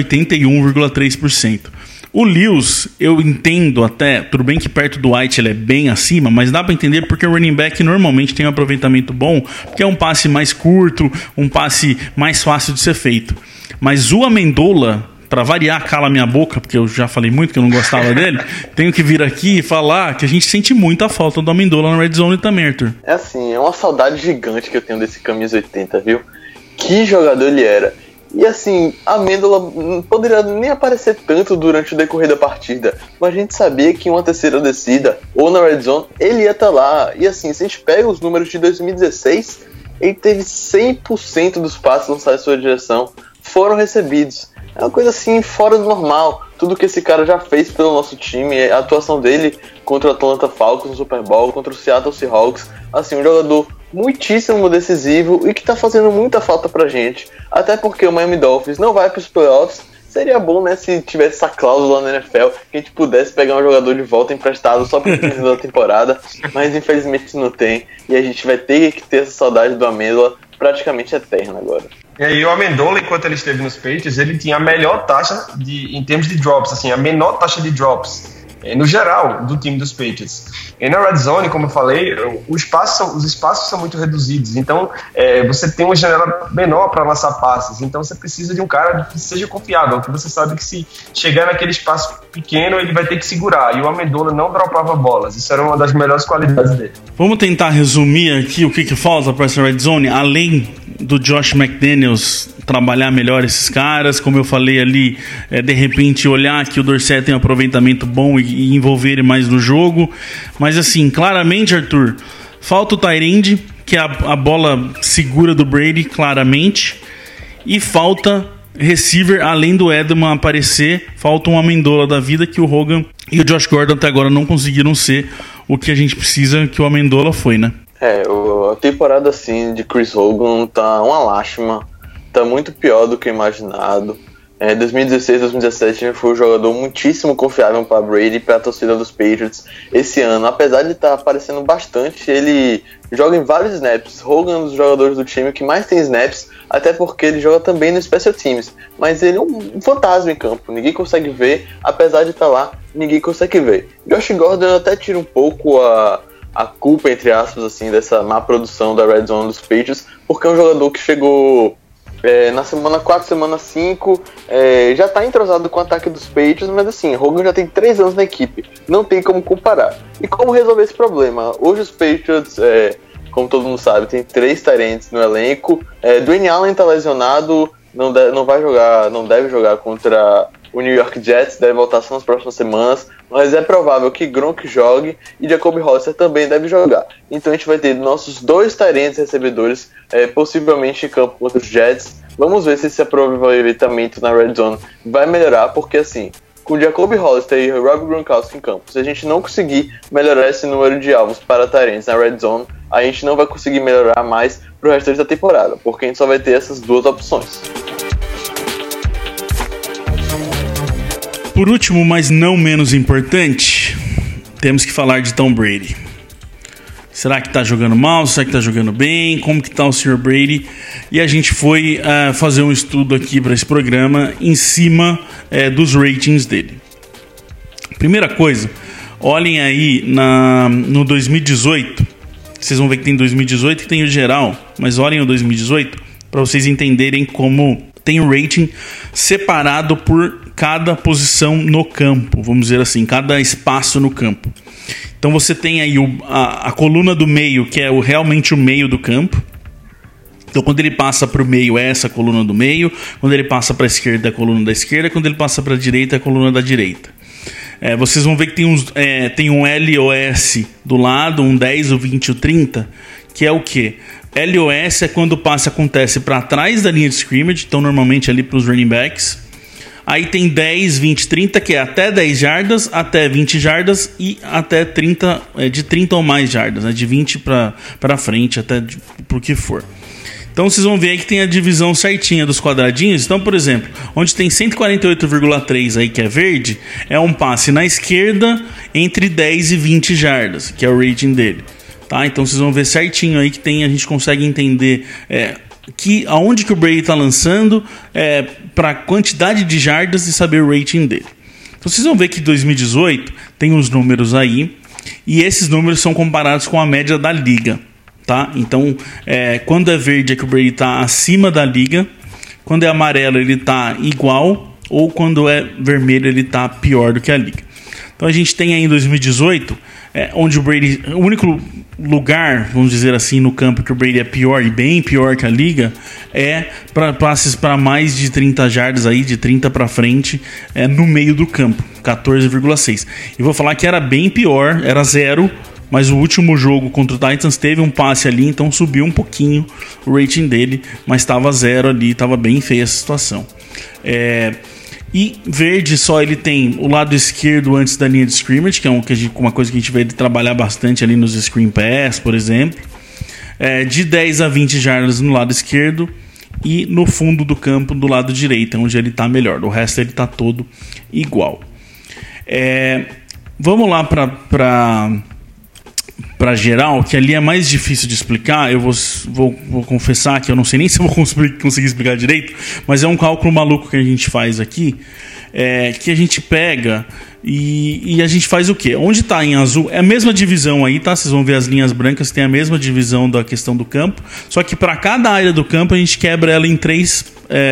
81,3%. O Lewis, eu entendo até, tudo bem que perto do White ele é bem acima, mas dá para entender porque o running back normalmente tem um aproveitamento bom, porque é um passe mais curto, um passe mais fácil de ser feito. Mas o Amendola, para variar, cala minha boca, porque eu já falei muito que eu não gostava dele, tenho que vir aqui e falar que a gente sente muita falta do Amendola na red zone também, Arthur. É assim, é uma saudade gigante que eu tenho desse camisa 80, viu? Que jogador ele era. E assim, a Amendola não poderia nem aparecer tanto durante o decorrer da partida, mas a gente sabia que em uma terceira descida ou na red zone ele ia estar lá. E assim, se a gente pega os números de 2016, ele teve 100% dos passes lançados em sua direção foram recebidos. É uma coisa assim fora do normal. Tudo que esse cara já fez pelo nosso time, a atuação dele contra o Atlanta Falcons no Super Bowl, contra o Seattle Seahawks, assim, um jogador muitíssimo decisivo e que tá fazendo muita falta pra gente. Até porque o Miami Dolphins não vai pros playoffs. Seria bom, né, se tivesse essa cláusula na NFL, que a gente pudesse pegar um jogador de volta emprestado só pro fim da temporada, mas infelizmente não tem. E a gente vai ter que ter essa saudade do Amendola praticamente eterna agora. E aí o Amendola, enquanto ele esteve nos Patriots, ele tinha a melhor taxa em termos de drops, assim, a menor taxa de drops no geral do time dos Patriots. E na red zone, como eu falei, os espaços são muito reduzidos, então você tem uma janela menor para lançar passes, então você precisa de um cara que seja confiável, que você sabe que se chegar naquele espaço pequeno ele vai ter que segurar, e o Amendola não dropava bolas, isso era uma das melhores qualidades dele. Vamos tentar resumir aqui o que falta para essa red zone, além do Josh McDaniels trabalhar melhor esses caras, como eu falei ali, de repente olhar que o Dorsett tem um aproveitamento bom e envolver ele mais no jogo. Mas assim, claramente, Arthur, falta o tight end, que é a bola segura do Brady, claramente, e falta receiver, além do Edelman aparecer, falta um Amendola da vida, que o Hogan e o Josh Gordon até agora não conseguiram ser o que a gente precisa que o Amendola foi, né? A temporada assim de Chris Hogan tá uma lástima, tá muito pior do que imaginado. 2016, 2017 ele foi um jogador muitíssimo confiável para Brady e para a torcida dos Patriots. Esse ano, apesar de estar aparecendo bastante, ele joga em vários snaps. Hogan é um dos jogadores do time que mais tem snaps, até porque ele joga também no Special Teams. Mas ele é um fantasma em campo, ninguém consegue ver, apesar de estar lá, ninguém consegue ver. Josh Gordon até tira um pouco a culpa, entre aspas, assim, dessa má produção da red zone dos Patriots, porque é um jogador que chegou na semana 4, semana 5, já tá entrosado com o ataque dos Patriots, mas assim, Hogan já tem 3 anos na equipe, não tem como comparar. E como resolver esse problema? Hoje os Patriots, como todo mundo sabe, tem 3 tight ends no elenco. Dwayne Allen tá lesionado, não deve jogar contra o New York Jets, deve voltar só nas próximas semanas, mas é provável que Gronk jogue e Jacoby Hollister também deve jogar. Então a gente vai ter nossos 2 tight ends recebedores, possivelmente em campo contra os Jets. Vamos ver se esse aproveitamento na red zone vai melhorar, porque assim, com Jacoby Hollister e Rob Gronkowski em campo, se a gente não conseguir melhorar esse número de alvos para tight ends na red zone, a gente não vai conseguir melhorar mais pro restante da temporada, porque a gente só vai ter essas 2 opções. Por último, mas não menos importante, temos que falar de Tom Brady. Será que tá jogando mal? Será que tá jogando bem? Como que tá o Sr. Brady? E a gente foi fazer um estudo aqui para esse programa em cima dos ratings dele. Primeira coisa, olhem aí no 2018. Vocês vão ver que tem 2018 e tem o geral, mas olhem o 2018 para vocês entenderem como tem o rating separado por cada posição no campo, vamos dizer assim, cada espaço no campo. Então você tem aí a coluna do meio, que é realmente o meio do campo. Então quando ele passa para o meio é essa coluna do meio, quando ele passa para a esquerda é a coluna da esquerda, quando ele passa para a direita é a coluna da direita. Vocês vão ver que tem um LOS do lado, um 10, o 20 e o 30, que é o quê? LOS é quando o passe acontece para trás da linha de scrimmage, então normalmente ali para os running backs. Aí tem 10, 20, 30, que é até 10 jardas, até 20 jardas e até 30, de 30 ou mais jardas, né? De 20 para frente, até por que for. Então vocês vão ver aí que tem a divisão certinha dos quadradinhos. Então, por exemplo, onde tem 148,3 aí que é verde, é um passe na esquerda entre 10 e 20 jardas, que é o rating dele. Tá? Então vocês vão ver certinho aí que a gente consegue entender aonde que o Brady está lançando para a quantidade de jardas e saber o rating dele. Então vocês vão ver que 2018 tem os números aí e esses números são comparados com a média da liga. Tá? Então, quando é verde é que o Brady está acima da liga, quando é amarelo ele está igual, ou quando é vermelho ele está pior do que a liga. Então a gente tem aí em 2018, onde o Brady, o único lugar, vamos dizer assim, no campo que o Brady é pior e bem pior que a liga, é para passes para mais de 30 jardas aí, de 30 para frente, no meio do campo, 14,6. E vou falar que era bem pior, era 0. Mas o último jogo contra o Titans teve um passe ali, então subiu um pouquinho o rating dele, mas estava 0 ali, estava bem feia essa situação. E verde só ele tem o lado esquerdo antes da linha de scrimmage, que é uma coisa que a gente vai trabalhar bastante ali nos screen pass, por exemplo. De 10 a 20 jardas no lado esquerdo e no fundo do campo do lado direito, onde ele está melhor. O resto ele está todo igual. Vamos lá para geral, que ali é mais difícil de explicar. Eu vou confessar que eu não sei nem se eu vou conseguir explicar direito, mas é um cálculo maluco que a gente faz aqui, que a gente pega e a gente faz o quê? Onde está em azul é a mesma divisão aí, tá? Vocês vão ver as linhas brancas, tem a mesma divisão da questão do campo, só que para cada área do campo a gente quebra ela em três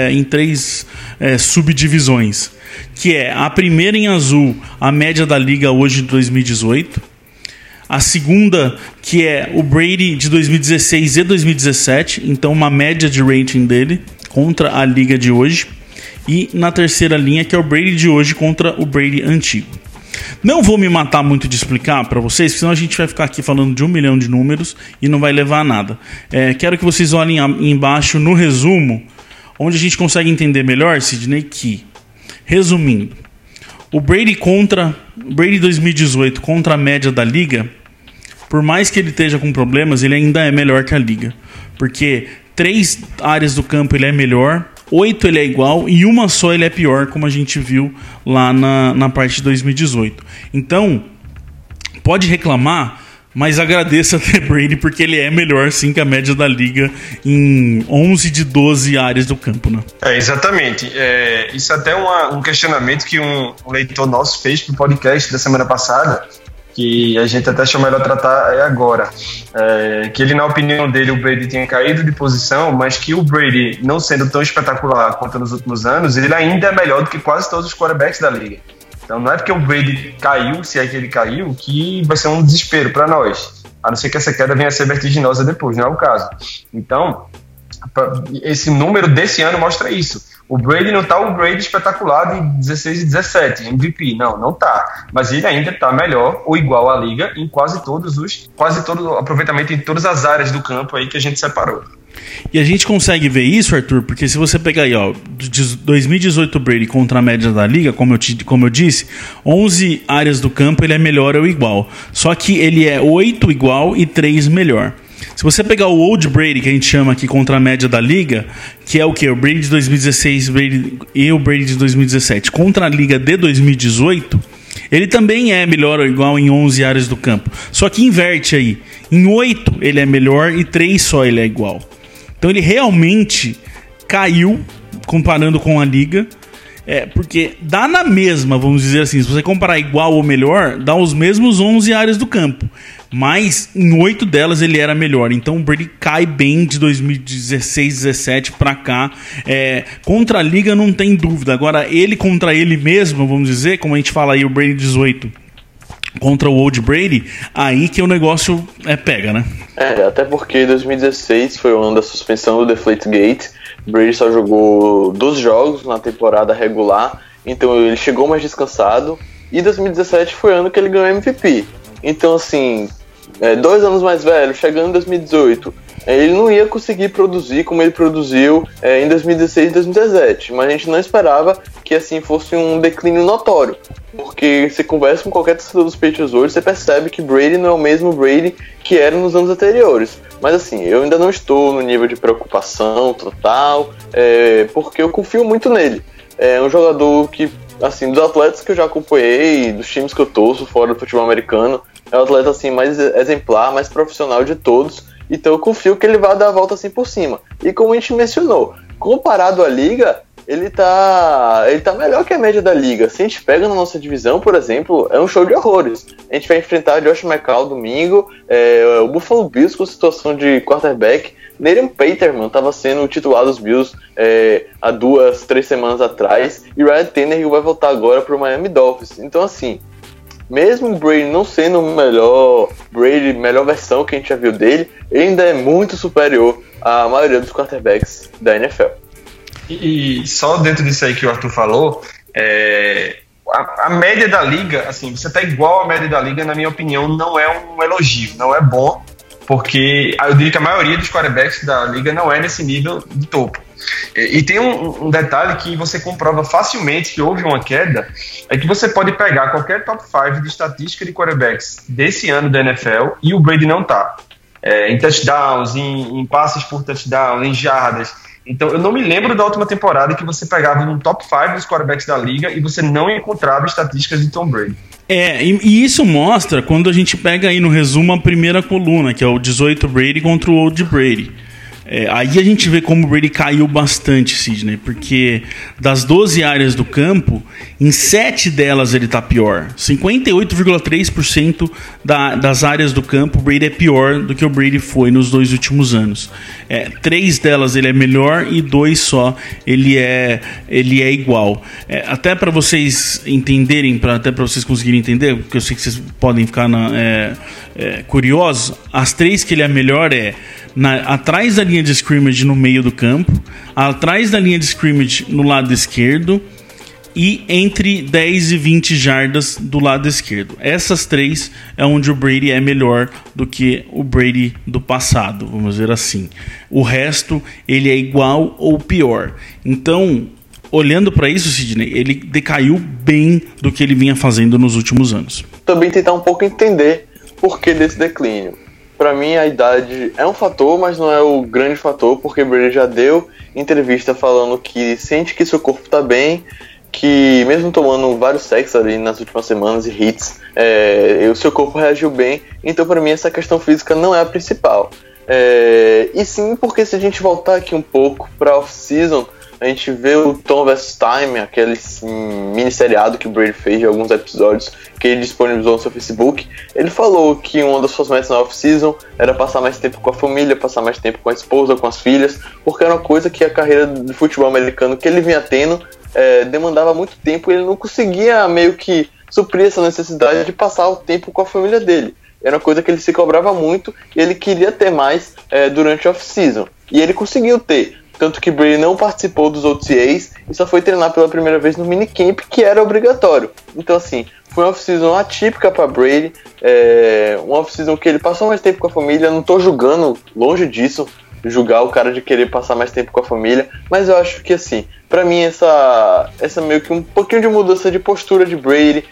subdivisões, que é a primeira em azul, a média da liga hoje de 2018. A segunda, que é o Brady de 2016 e 2017, então uma média de rating dele contra a liga de hoje. E na terceira linha, que é o Brady de hoje contra o Brady antigo. Não vou me matar muito de explicar para vocês, porque senão a gente vai ficar aqui falando de 1 milhão de números e não vai levar a nada. Quero que vocês olhem embaixo no resumo, onde a gente consegue entender melhor, Sidney, que, resumindo, o Brady 2018 contra a média da liga, por mais que ele esteja com problemas, ele ainda é melhor que a liga. Porque 3 áreas do campo ele é melhor, 8 ele é igual e uma só ele é pior, como a gente viu lá na parte de 2018. Então, pode reclamar, mas agradeça a The Brady, porque ele é melhor sim que a média da liga em 11 de 12 áreas do campo, né? Exatamente. Isso é até um questionamento que um leitor nosso fez pro podcast da semana passada, que a gente até achou melhor tratar agora. Que ele, na opinião dele, o Brady tinha caído de posição, mas que o Brady, não sendo tão espetacular quanto nos últimos anos, ele ainda é melhor do que quase todos os quarterbacks da liga. Então não é porque o Brady caiu, se é que ele caiu, que vai ser um desespero para nós. A não ser que essa queda venha a ser vertiginosa depois, não é o caso. Então, esse número desse ano mostra isso. O Brady não tá o Brady espetacular de 16 e 17, MVP, não tá. Mas ele ainda tá melhor ou igual à liga em quase todo o aproveitamento em todas as áreas do campo aí que a gente separou. E a gente consegue ver isso, Arthur, porque se você pegar aí, de 2018 Brady contra a média da liga, como eu disse, 11 áreas do campo ele é melhor ou igual. Só que ele é 8 igual e 3 melhor. Se você pegar o Old Brady, que a gente chama aqui contra a média da liga, que é o quê? O Brady de 2016 e o Brady de 2017 contra a liga de 2018, ele também é melhor ou igual em 11 áreas do campo. Só que inverte aí. Em 8 ele é melhor e 3 só ele é igual. Então ele realmente caiu comparando com a liga. Porque dá na mesma, vamos dizer assim, se você comparar igual ou melhor, dá os mesmos 11 áreas do campo. mas em 8 delas ele era melhor. Então o Brady cai bem de 2016, 17 pra cá. Contra a liga não tem dúvida. Agora ele contra ele mesmo, vamos dizer, como a gente fala aí, o Brady 18 contra o Old Brady, aí que o negócio pega, né? Até porque 2016 foi o ano da suspensão do Deflategate. Brady só jogou 12 jogos na temporada regular, então ele chegou mais descansado. E 2017 foi o ano que ele ganhou MVP. Então, assim, 2 anos mais velho, chegando em 2018, ele não ia conseguir produzir como ele produziu em 2016 e 2017. Mas a gente não esperava que assim fosse um declínio notório. Porque se conversa com qualquer torcedor dos Patriots hoje, você percebe que Brady não é o mesmo Brady que era nos anos anteriores. Mas assim, eu ainda não estou no nível de preocupação total, porque eu confio muito nele. É um jogador que, assim, dos atletas que eu já acompanhei, dos times que eu torço fora do futebol americano, é o atleta assim, mais exemplar, mais profissional de todos. Então eu confio que ele vai dar a volta assim por cima. E como a gente mencionou, comparado à liga, ele tá melhor que a média da liga. Se a gente pega na nossa divisão, por exemplo, é um show de horrores. A gente vai enfrentar Josh McCown domingo, o Buffalo Bills com situação de quarterback. Nathan Peterman estava sendo titular dos Bills há 2, 3 semanas atrás, e Ryan Tannehill vai voltar agora para o Miami Dolphins. Então, assim, mesmo o Brady não sendo o melhor Brady, melhor versão que a gente já viu dele, ele ainda é muito superior à maioria dos quarterbacks da NFL. E só dentro disso aí que o Arthur falou, a média da liga, assim, você tá igual à média da liga, na minha opinião, não é um elogio, não é bom, porque eu diria que a maioria dos quarterbacks da liga não é nesse nível de topo. E tem um detalhe que você comprova facilmente que houve uma queda, é que você pode pegar qualquer top 5 de estatística de quarterbacks desse ano da NFL e o Brady não tá. Em touchdowns, em passes por touchdown, em jardas. Então eu não me lembro da última temporada que você pegava um top 5 dos quarterbacks da liga e você não encontrava estatísticas de Tom Brady. E isso mostra quando a gente pega aí no resumo a primeira coluna, que é o 18 Brady contra o Old Brady. Aí a gente vê como o Brady caiu bastante, Sidney, porque das 12 áreas do campo, em 7 delas ele tá pior. 58,3% das áreas do campo, o Brady é pior do que o Brady foi nos 2 últimos anos. 3 delas ele é melhor e 2 só ele é igual. Até para vocês entenderem, até para vocês conseguirem entender, porque eu sei que vocês podem ficar curiosos, as 3 que ele é melhor atrás da linha de scrimmage no meio do campo, atrás da linha de scrimmage no lado esquerdo e entre 10 e 20 jardas do lado esquerdo. Essas 3 é onde o Brady é melhor do que o Brady do passado, vamos dizer assim. O resto ele é igual ou pior. Então, olhando para isso, Sidney, ele decaiu bem do que ele vinha fazendo nos últimos anos. Também tentar um pouco entender por que desse declínio. Para mim, a idade é um fator, mas não é o grande fator, porque Brady já deu entrevista falando que sente que seu corpo tá bem, que mesmo tomando vários sacks ali nas últimas semanas e hits, o seu corpo reagiu bem. Então, para mim, essa questão física não é a principal. E sim, porque se a gente voltar aqui um pouco para off-season, a gente vê o Tom vs. Time, aquele mini-seriado que o Brady fez de alguns episódios que ele disponibilizou no seu Facebook. Ele falou que uma das suas metas na off-season era passar mais tempo com a família, passar mais tempo com a esposa, com as filhas, porque era uma coisa que a carreira de futebol americano que ele vinha tendo demandava muito tempo e ele não conseguia meio que suprir essa necessidade de passar o tempo com a família dele. Era uma coisa que ele se cobrava muito e ele queria ter mais durante a off-season. E ele conseguiu ter. Tanto que Brady não participou dos OTAs e só foi treinar pela primeira vez no minicamp, que era obrigatório. Então, assim, foi uma off-season atípica para Brady, uma off-season que ele passou mais tempo com a família. Não tô julgando, longe disso, julgar o cara de querer passar mais tempo com a família, mas eu acho que, assim, para mim essa meio que um pouquinho de mudança de postura de Brady,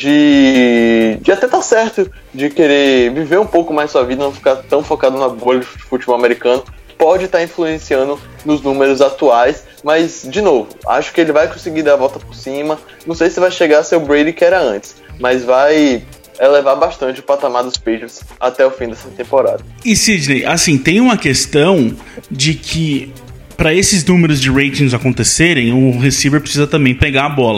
de até tá certo de querer viver um pouco mais sua vida, não ficar tão focado na bolha de futebol americano, pode estar influenciando nos números atuais, mas, de novo, acho que ele vai conseguir dar a volta por cima. Não sei se vai chegar a ser o Brady que era antes, mas vai elevar bastante o patamar dos Patriots até o fim dessa temporada. E, Sidney, assim, tem uma questão de que para esses números de ratings acontecerem, o receiver precisa também pegar a bola.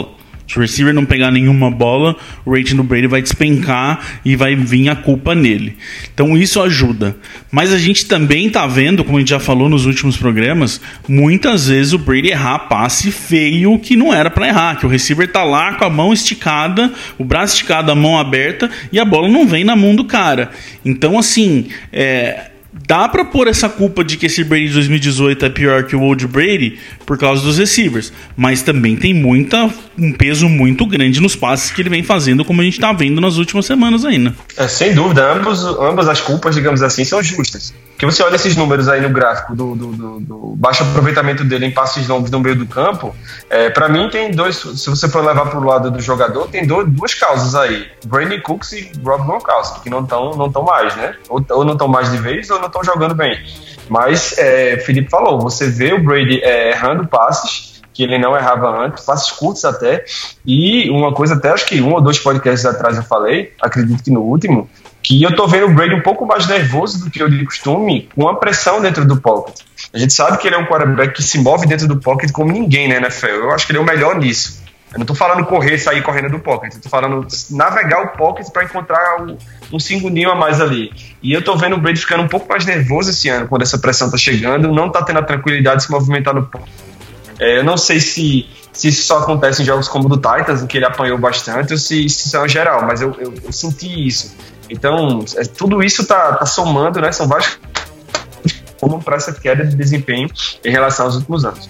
Se o receiver não pegar nenhuma bola, o rating do Brady vai despencar e vai vir a culpa nele. Então isso ajuda. Mas a gente também tá vendo, como a gente já falou nos últimos programas, muitas vezes o Brady errar passe feio que não era para errar, que o receiver tá lá com a mão esticada, o braço esticado, a mão aberta e a bola não vem na mão do cara. Então assim, dá pra pôr essa culpa de que esse Brady de 2018 é pior que o old Brady por causa dos receivers, mas também tem um peso muito grande nos passes que ele vem fazendo, como a gente tá vendo nas últimas semanas ainda. Sem dúvida, ambas as culpas, digamos assim, são justas. Porque você olha esses números aí no gráfico do baixo aproveitamento dele em passes longos no meio do campo, pra mim tem dois, se você for levar pro lado do jogador, tem duas causas aí, Brandin Cooks e Rob Gronkowski, que não estão mais, né? Ou não estão mais de vez, ou não estão jogando bem. Mas, Felipe falou, você vê o Brady errando passes, que ele não errava antes, passes curtos até, e uma coisa até, acho que 1 ou 2 podcasts atrás eu falei, acredito que no último, que eu tô vendo o Brady um pouco mais nervoso do que eu de costume, com a pressão dentro do pocket. A gente sabe que ele é um quarterback que se move dentro do pocket como ninguém na NFL, eu acho que ele é o melhor nisso. Eu não tô falando sair correndo do pocket, eu tô falando navegar o pocket para encontrar um segundinho a mais ali. E eu tô vendo o Brady ficando um pouco mais nervoso esse ano, quando essa pressão tá chegando, não tá tendo a tranquilidade de se movimentar no pocket. Eu não sei se isso só acontece em jogos como o do Titans, em que ele apanhou bastante, ou se isso é geral, mas eu senti isso. Então, tudo isso tá somando, né? São vários como para essa queda de desempenho em relação aos últimos anos.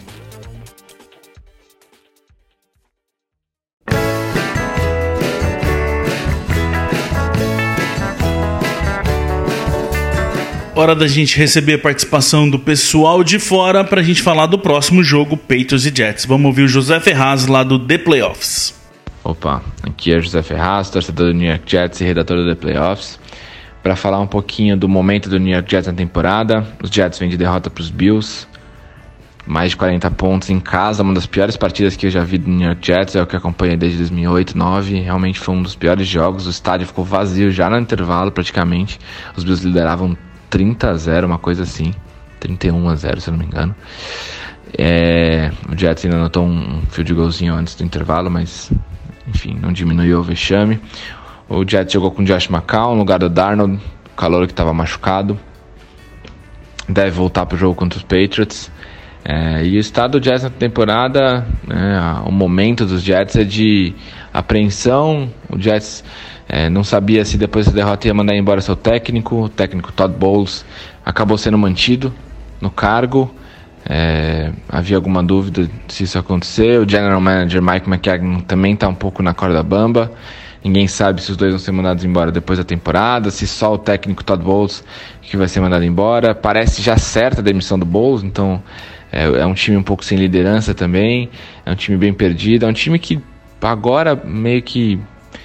Hora da gente receber a participação do pessoal de fora pra gente falar do próximo jogo, Patriots e Jets. Vamos ouvir o José Ferraz lá do The Playoffs. Opa, aqui é José Ferraz, torcedor do New York Jets e redator do The Playoffs, para falar um pouquinho do momento do New York Jets na temporada. Os Jets vêm de derrota para os Bills, mais de 40 pontos em casa, uma das piores partidas que eu já vi do New York Jets, é o que acompanhei desde 2008, 2009, realmente foi um dos piores jogos, o estádio ficou vazio já no intervalo praticamente, os Bills lideravam 30-0, uma coisa assim, 31-0 se eu não me engano. O Jets ainda anotou um field goalzinho antes do intervalo, mas enfim, não diminuiu o vexame. O Jets jogou com o Josh McCown no lugar do Darnold, o calouro que estava machucado, deve voltar para o jogo contra os Patriots. E o estado do Jets na temporada, o momento dos Jets é de apreensão. O Jets não sabia se depois da derrota ia mandar embora seu técnico. O técnico Todd Bowles acabou sendo mantido no cargo. Havia alguma dúvida se isso aconteceu. O General Manager Mike McCagnon também está um pouco na corda bamba. Ninguém sabe se os dois vão ser mandados embora depois da temporada, se só o técnico Todd Bowles que vai ser mandado embora. Parece já certa a demissão do Bowles, então é um time um pouco sem liderança também, é um time bem perdido, é um time que agora meio que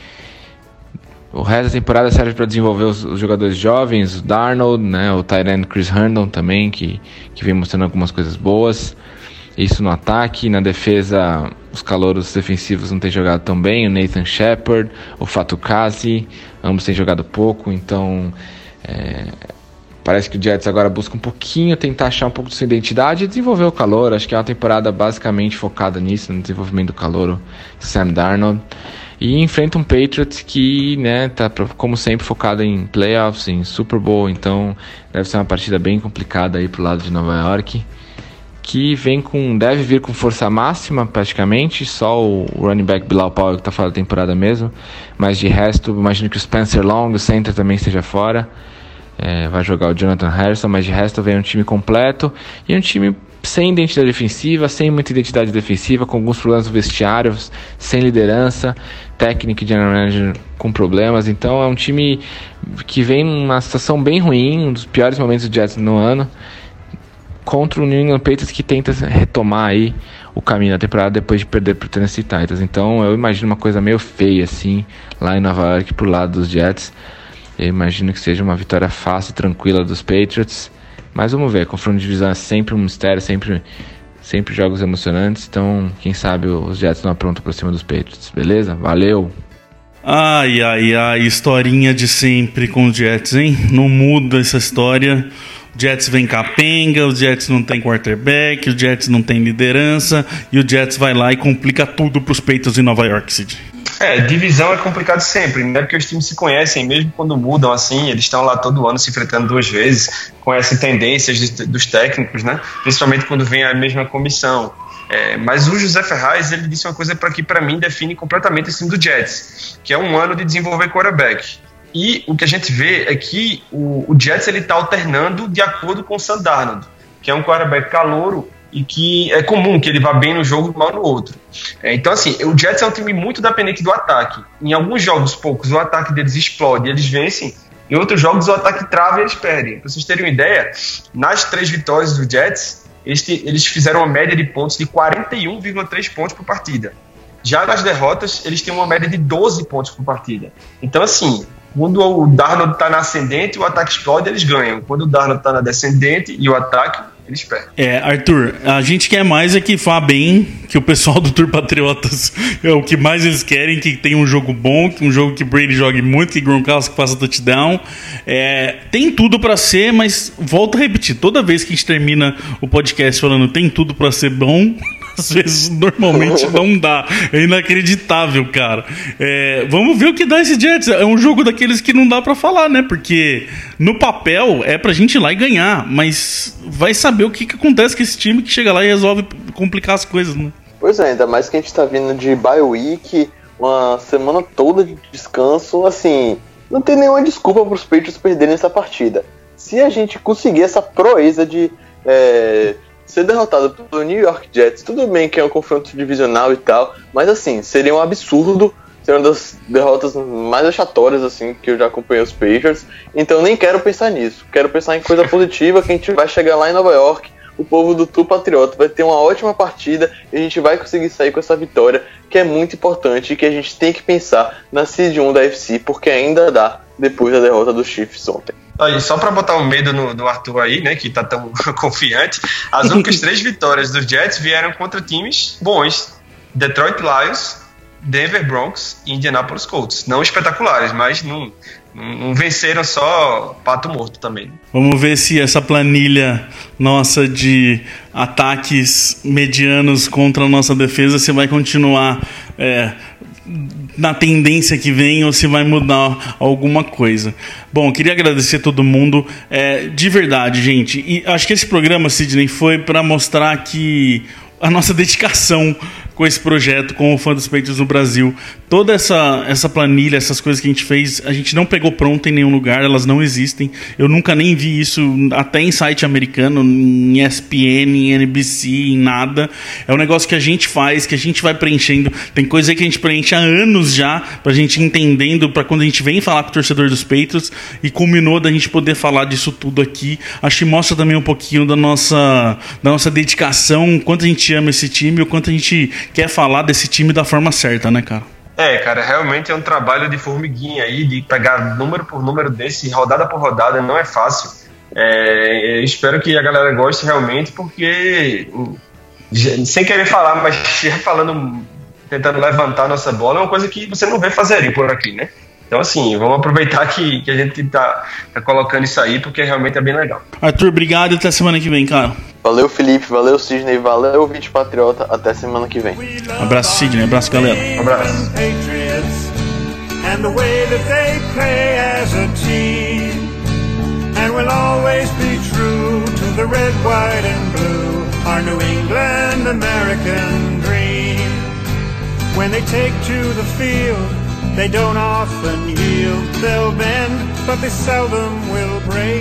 o resto da temporada serve para desenvolver os jogadores jovens, o Darnold, né, o tight end Chris Herndon também, que vem mostrando algumas coisas boas. Isso no ataque, na defesa, os calouros defensivos não têm jogado tão bem, o Nathan Shepard, o Fatukasi, ambos têm jogado pouco, então parece que o Jets agora busca um pouquinho, tentar achar um pouco de sua identidade e desenvolver o calouro. Acho que é uma temporada basicamente focada nisso, no desenvolvimento do calouro Sam Darnold. E enfrenta um Patriots que, né, tá como sempre focado em playoffs, em Super Bowl, então deve ser uma partida bem complicada aí pro lado de Nova York, que deve vir com força máxima praticamente, só o running back Bilal Powell que tá fora da temporada mesmo, mas de resto, imagino que o Spencer Long, o center, também esteja fora. Vai jogar o Jonathan Harrison, mas de resto vem um time completo e um time sem identidade defensiva, sem muita identidade defensiva, com alguns problemas no vestiário, sem liderança, técnico e general manager com problemas. Então é um time que vem numa situação bem ruim, um dos piores momentos do Jets no ano, contra o New England Patriots, que tenta retomar aí o caminho da temporada depois de perder para o Tennessee Titans. Então eu imagino uma coisa meio feia assim lá em Nova York pro lado dos Jets. Eu imagino que seja uma vitória fácil e tranquila dos Patriots, mas vamos ver, confronto de divisão é sempre um mistério, sempre jogos emocionantes, então quem sabe os Jets não aprontam por cima dos Patriots, beleza? Valeu! Ai, historinha de sempre com os Jets, hein? Não muda essa história. Jets vem capenga, os Jets não tem quarterback, os Jets não tem liderança, e o Jets vai lá e complica tudo pros Patriots em Nova York City. Divisão é complicado sempre, né? Porque os times se conhecem, mesmo quando mudam assim, eles estão lá todo ano se enfrentando 2 vezes, conhecem tendências dos técnicos, né? Principalmente quando vem a mesma comissão. Mas o José Ferraz, ele disse uma coisa que para mim define completamente esse time do Jets, que é um ano de desenvolver quarterback. E o que a gente vê é que o Jets ele está alternando de acordo com o Sam Darnold, que é um quarterback calouro e que é comum que ele vá bem no jogo e mal no outro. Então, assim, o Jets é um time muito dependente do ataque. Em alguns jogos, poucos, o ataque deles explode e eles vencem. Em outros jogos, o ataque trava e eles perdem. Para vocês terem uma ideia, nas 3 vitórias do Jets, eles fizeram uma média de pontos de 41,3 pontos por partida. Já nas derrotas, eles têm uma média de 12 pontos por partida. Então, assim, quando o Darnold está na ascendente, o ataque explode, eles ganham. Quando o Darnold está na descendente e o ataque, eles perdem. Arthur, a gente quer mais que vá bem, que o pessoal do Tour Patriotas é o que mais eles querem, que tenha um jogo bom, um jogo que Brady jogue muito, que Gronkowski faça touchdown. Tem tudo pra ser, mas volto a repetir, toda vez que a gente termina o podcast falando tem tudo pra ser bom, às vezes normalmente não dá. É inacreditável, cara. Vamos ver o que dá esse Jets. É um jogo daqueles que não dá pra falar, né? Porque no papel é pra gente ir lá e ganhar, mas vai saber o que acontece com esse time que chega lá e resolve complicar as coisas, né? Pois é, ainda mais que a gente tá vindo de bye week, uma semana toda de descanso, assim, não tem nenhuma desculpa pros Patriots perderem essa partida. Se a gente conseguir essa proeza de ser derrotado pelo New York Jets, tudo bem que é um confronto divisional e tal, mas assim, seria um absurdo, seria uma das derrotas mais achatórias assim, que eu já acompanhei os Patriots, então nem quero pensar nisso, quero pensar em coisa positiva, que a gente vai chegar lá em Nova York, o povo do Tour Patriota vai ter uma ótima partida e a gente vai conseguir sair com essa vitória, que é muito importante e que a gente tem que pensar na Seed 1 da AFC, porque ainda dá depois da derrota dos Chiefs ontem. Aí, só para botar um medo no Arthur aí, né, que tá tão confiante, as únicas 3 vitórias dos Jets vieram contra times bons: Detroit Lions, Denver Broncos e Indianapolis Colts. Não espetaculares, mas não venceram só pato morto também. Vamos ver se essa planilha nossa de ataques medianos contra a nossa defesa se vai continuar na tendência que vem ou se vai mudar alguma coisa. Bom, queria agradecer a todo mundo de verdade, gente, e acho que esse programa, Sidney, foi para mostrar que a nossa dedicação com esse projeto, com o Fã dos Patriots no Brasil. Toda essa planilha, essas coisas que a gente fez, a gente não pegou pronta em nenhum lugar, elas não existem. Eu nunca nem vi isso até em site americano, em ESPN, em NBC, em nada. É um negócio que a gente faz, que a gente vai preenchendo. Tem coisa aí que a gente preenche há anos já, pra gente entendendo, pra quando a gente vem falar com o torcedor dos Patriots, e culminou da gente poder falar disso tudo aqui. Acho que mostra também um pouquinho da nossa dedicação, o quanto a gente ama esse time, o quanto a gente quer falar desse time da forma certa, né, cara? Cara, realmente é um trabalho de formiguinha aí, de pegar número por número desse, rodada por rodada, não é fácil. Espero que a galera goste realmente, porque, sem querer falar, mas já falando, tentando levantar a nossa bola, é uma coisa que você não vê fazerem por aqui, né? Então, assim, vamos aproveitar que a gente tá colocando isso aí, porque realmente é bem legal. Arthur, obrigado e até semana que vem, cara. Valeu, Felipe, valeu, Sidney, valeu, ouvinte patriota, até semana que vem. Abraço, Sidney, abraço, galera. Abraço. And the way that they play as a team, and we'll always be true to the red, white and blue, our New England American dream. When they take to the field, they don't often yield. They'll bend, but they seldom will break.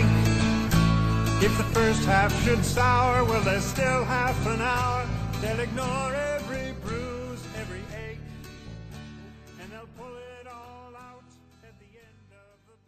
If the first half should sour, well, there's still half an hour. They'll ignore every bruise, every ache, and they'll pull it all out at the end of the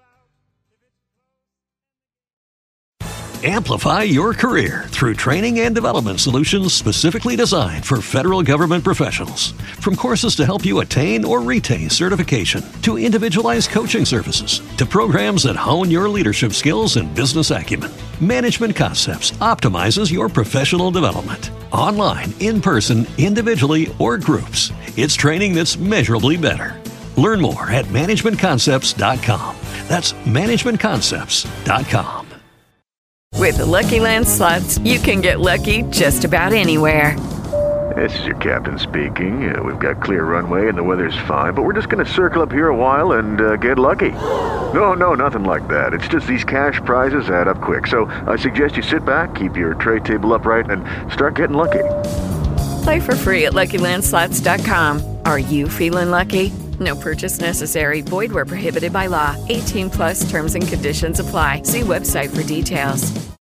bout. Amplify your career through training and development solutions specifically designed for federal government professionals. From courses to help you attain or retain certification, to individualized coaching services, to programs that hone your leadership skills and business acumen, Management Concepts optimizes your professional development. Online, in person, individually, or groups, it's training that's measurably better. Learn more at managementconcepts.com. That's managementconcepts.com. With the Lucky Land Slots, you can get lucky just about anywhere. This is your captain speaking. We've got clear runway and the weather's fine, but we're just going to circle up here a while and get lucky. No, nothing like that. It's just these cash prizes add up quick. So I suggest you sit back, keep your tray table upright, and start getting lucky. Play for free at LuckyLandSlots.com. Are you feeling lucky? No purchase necessary. Void where prohibited by law. 18+ terms and conditions apply. See website for details.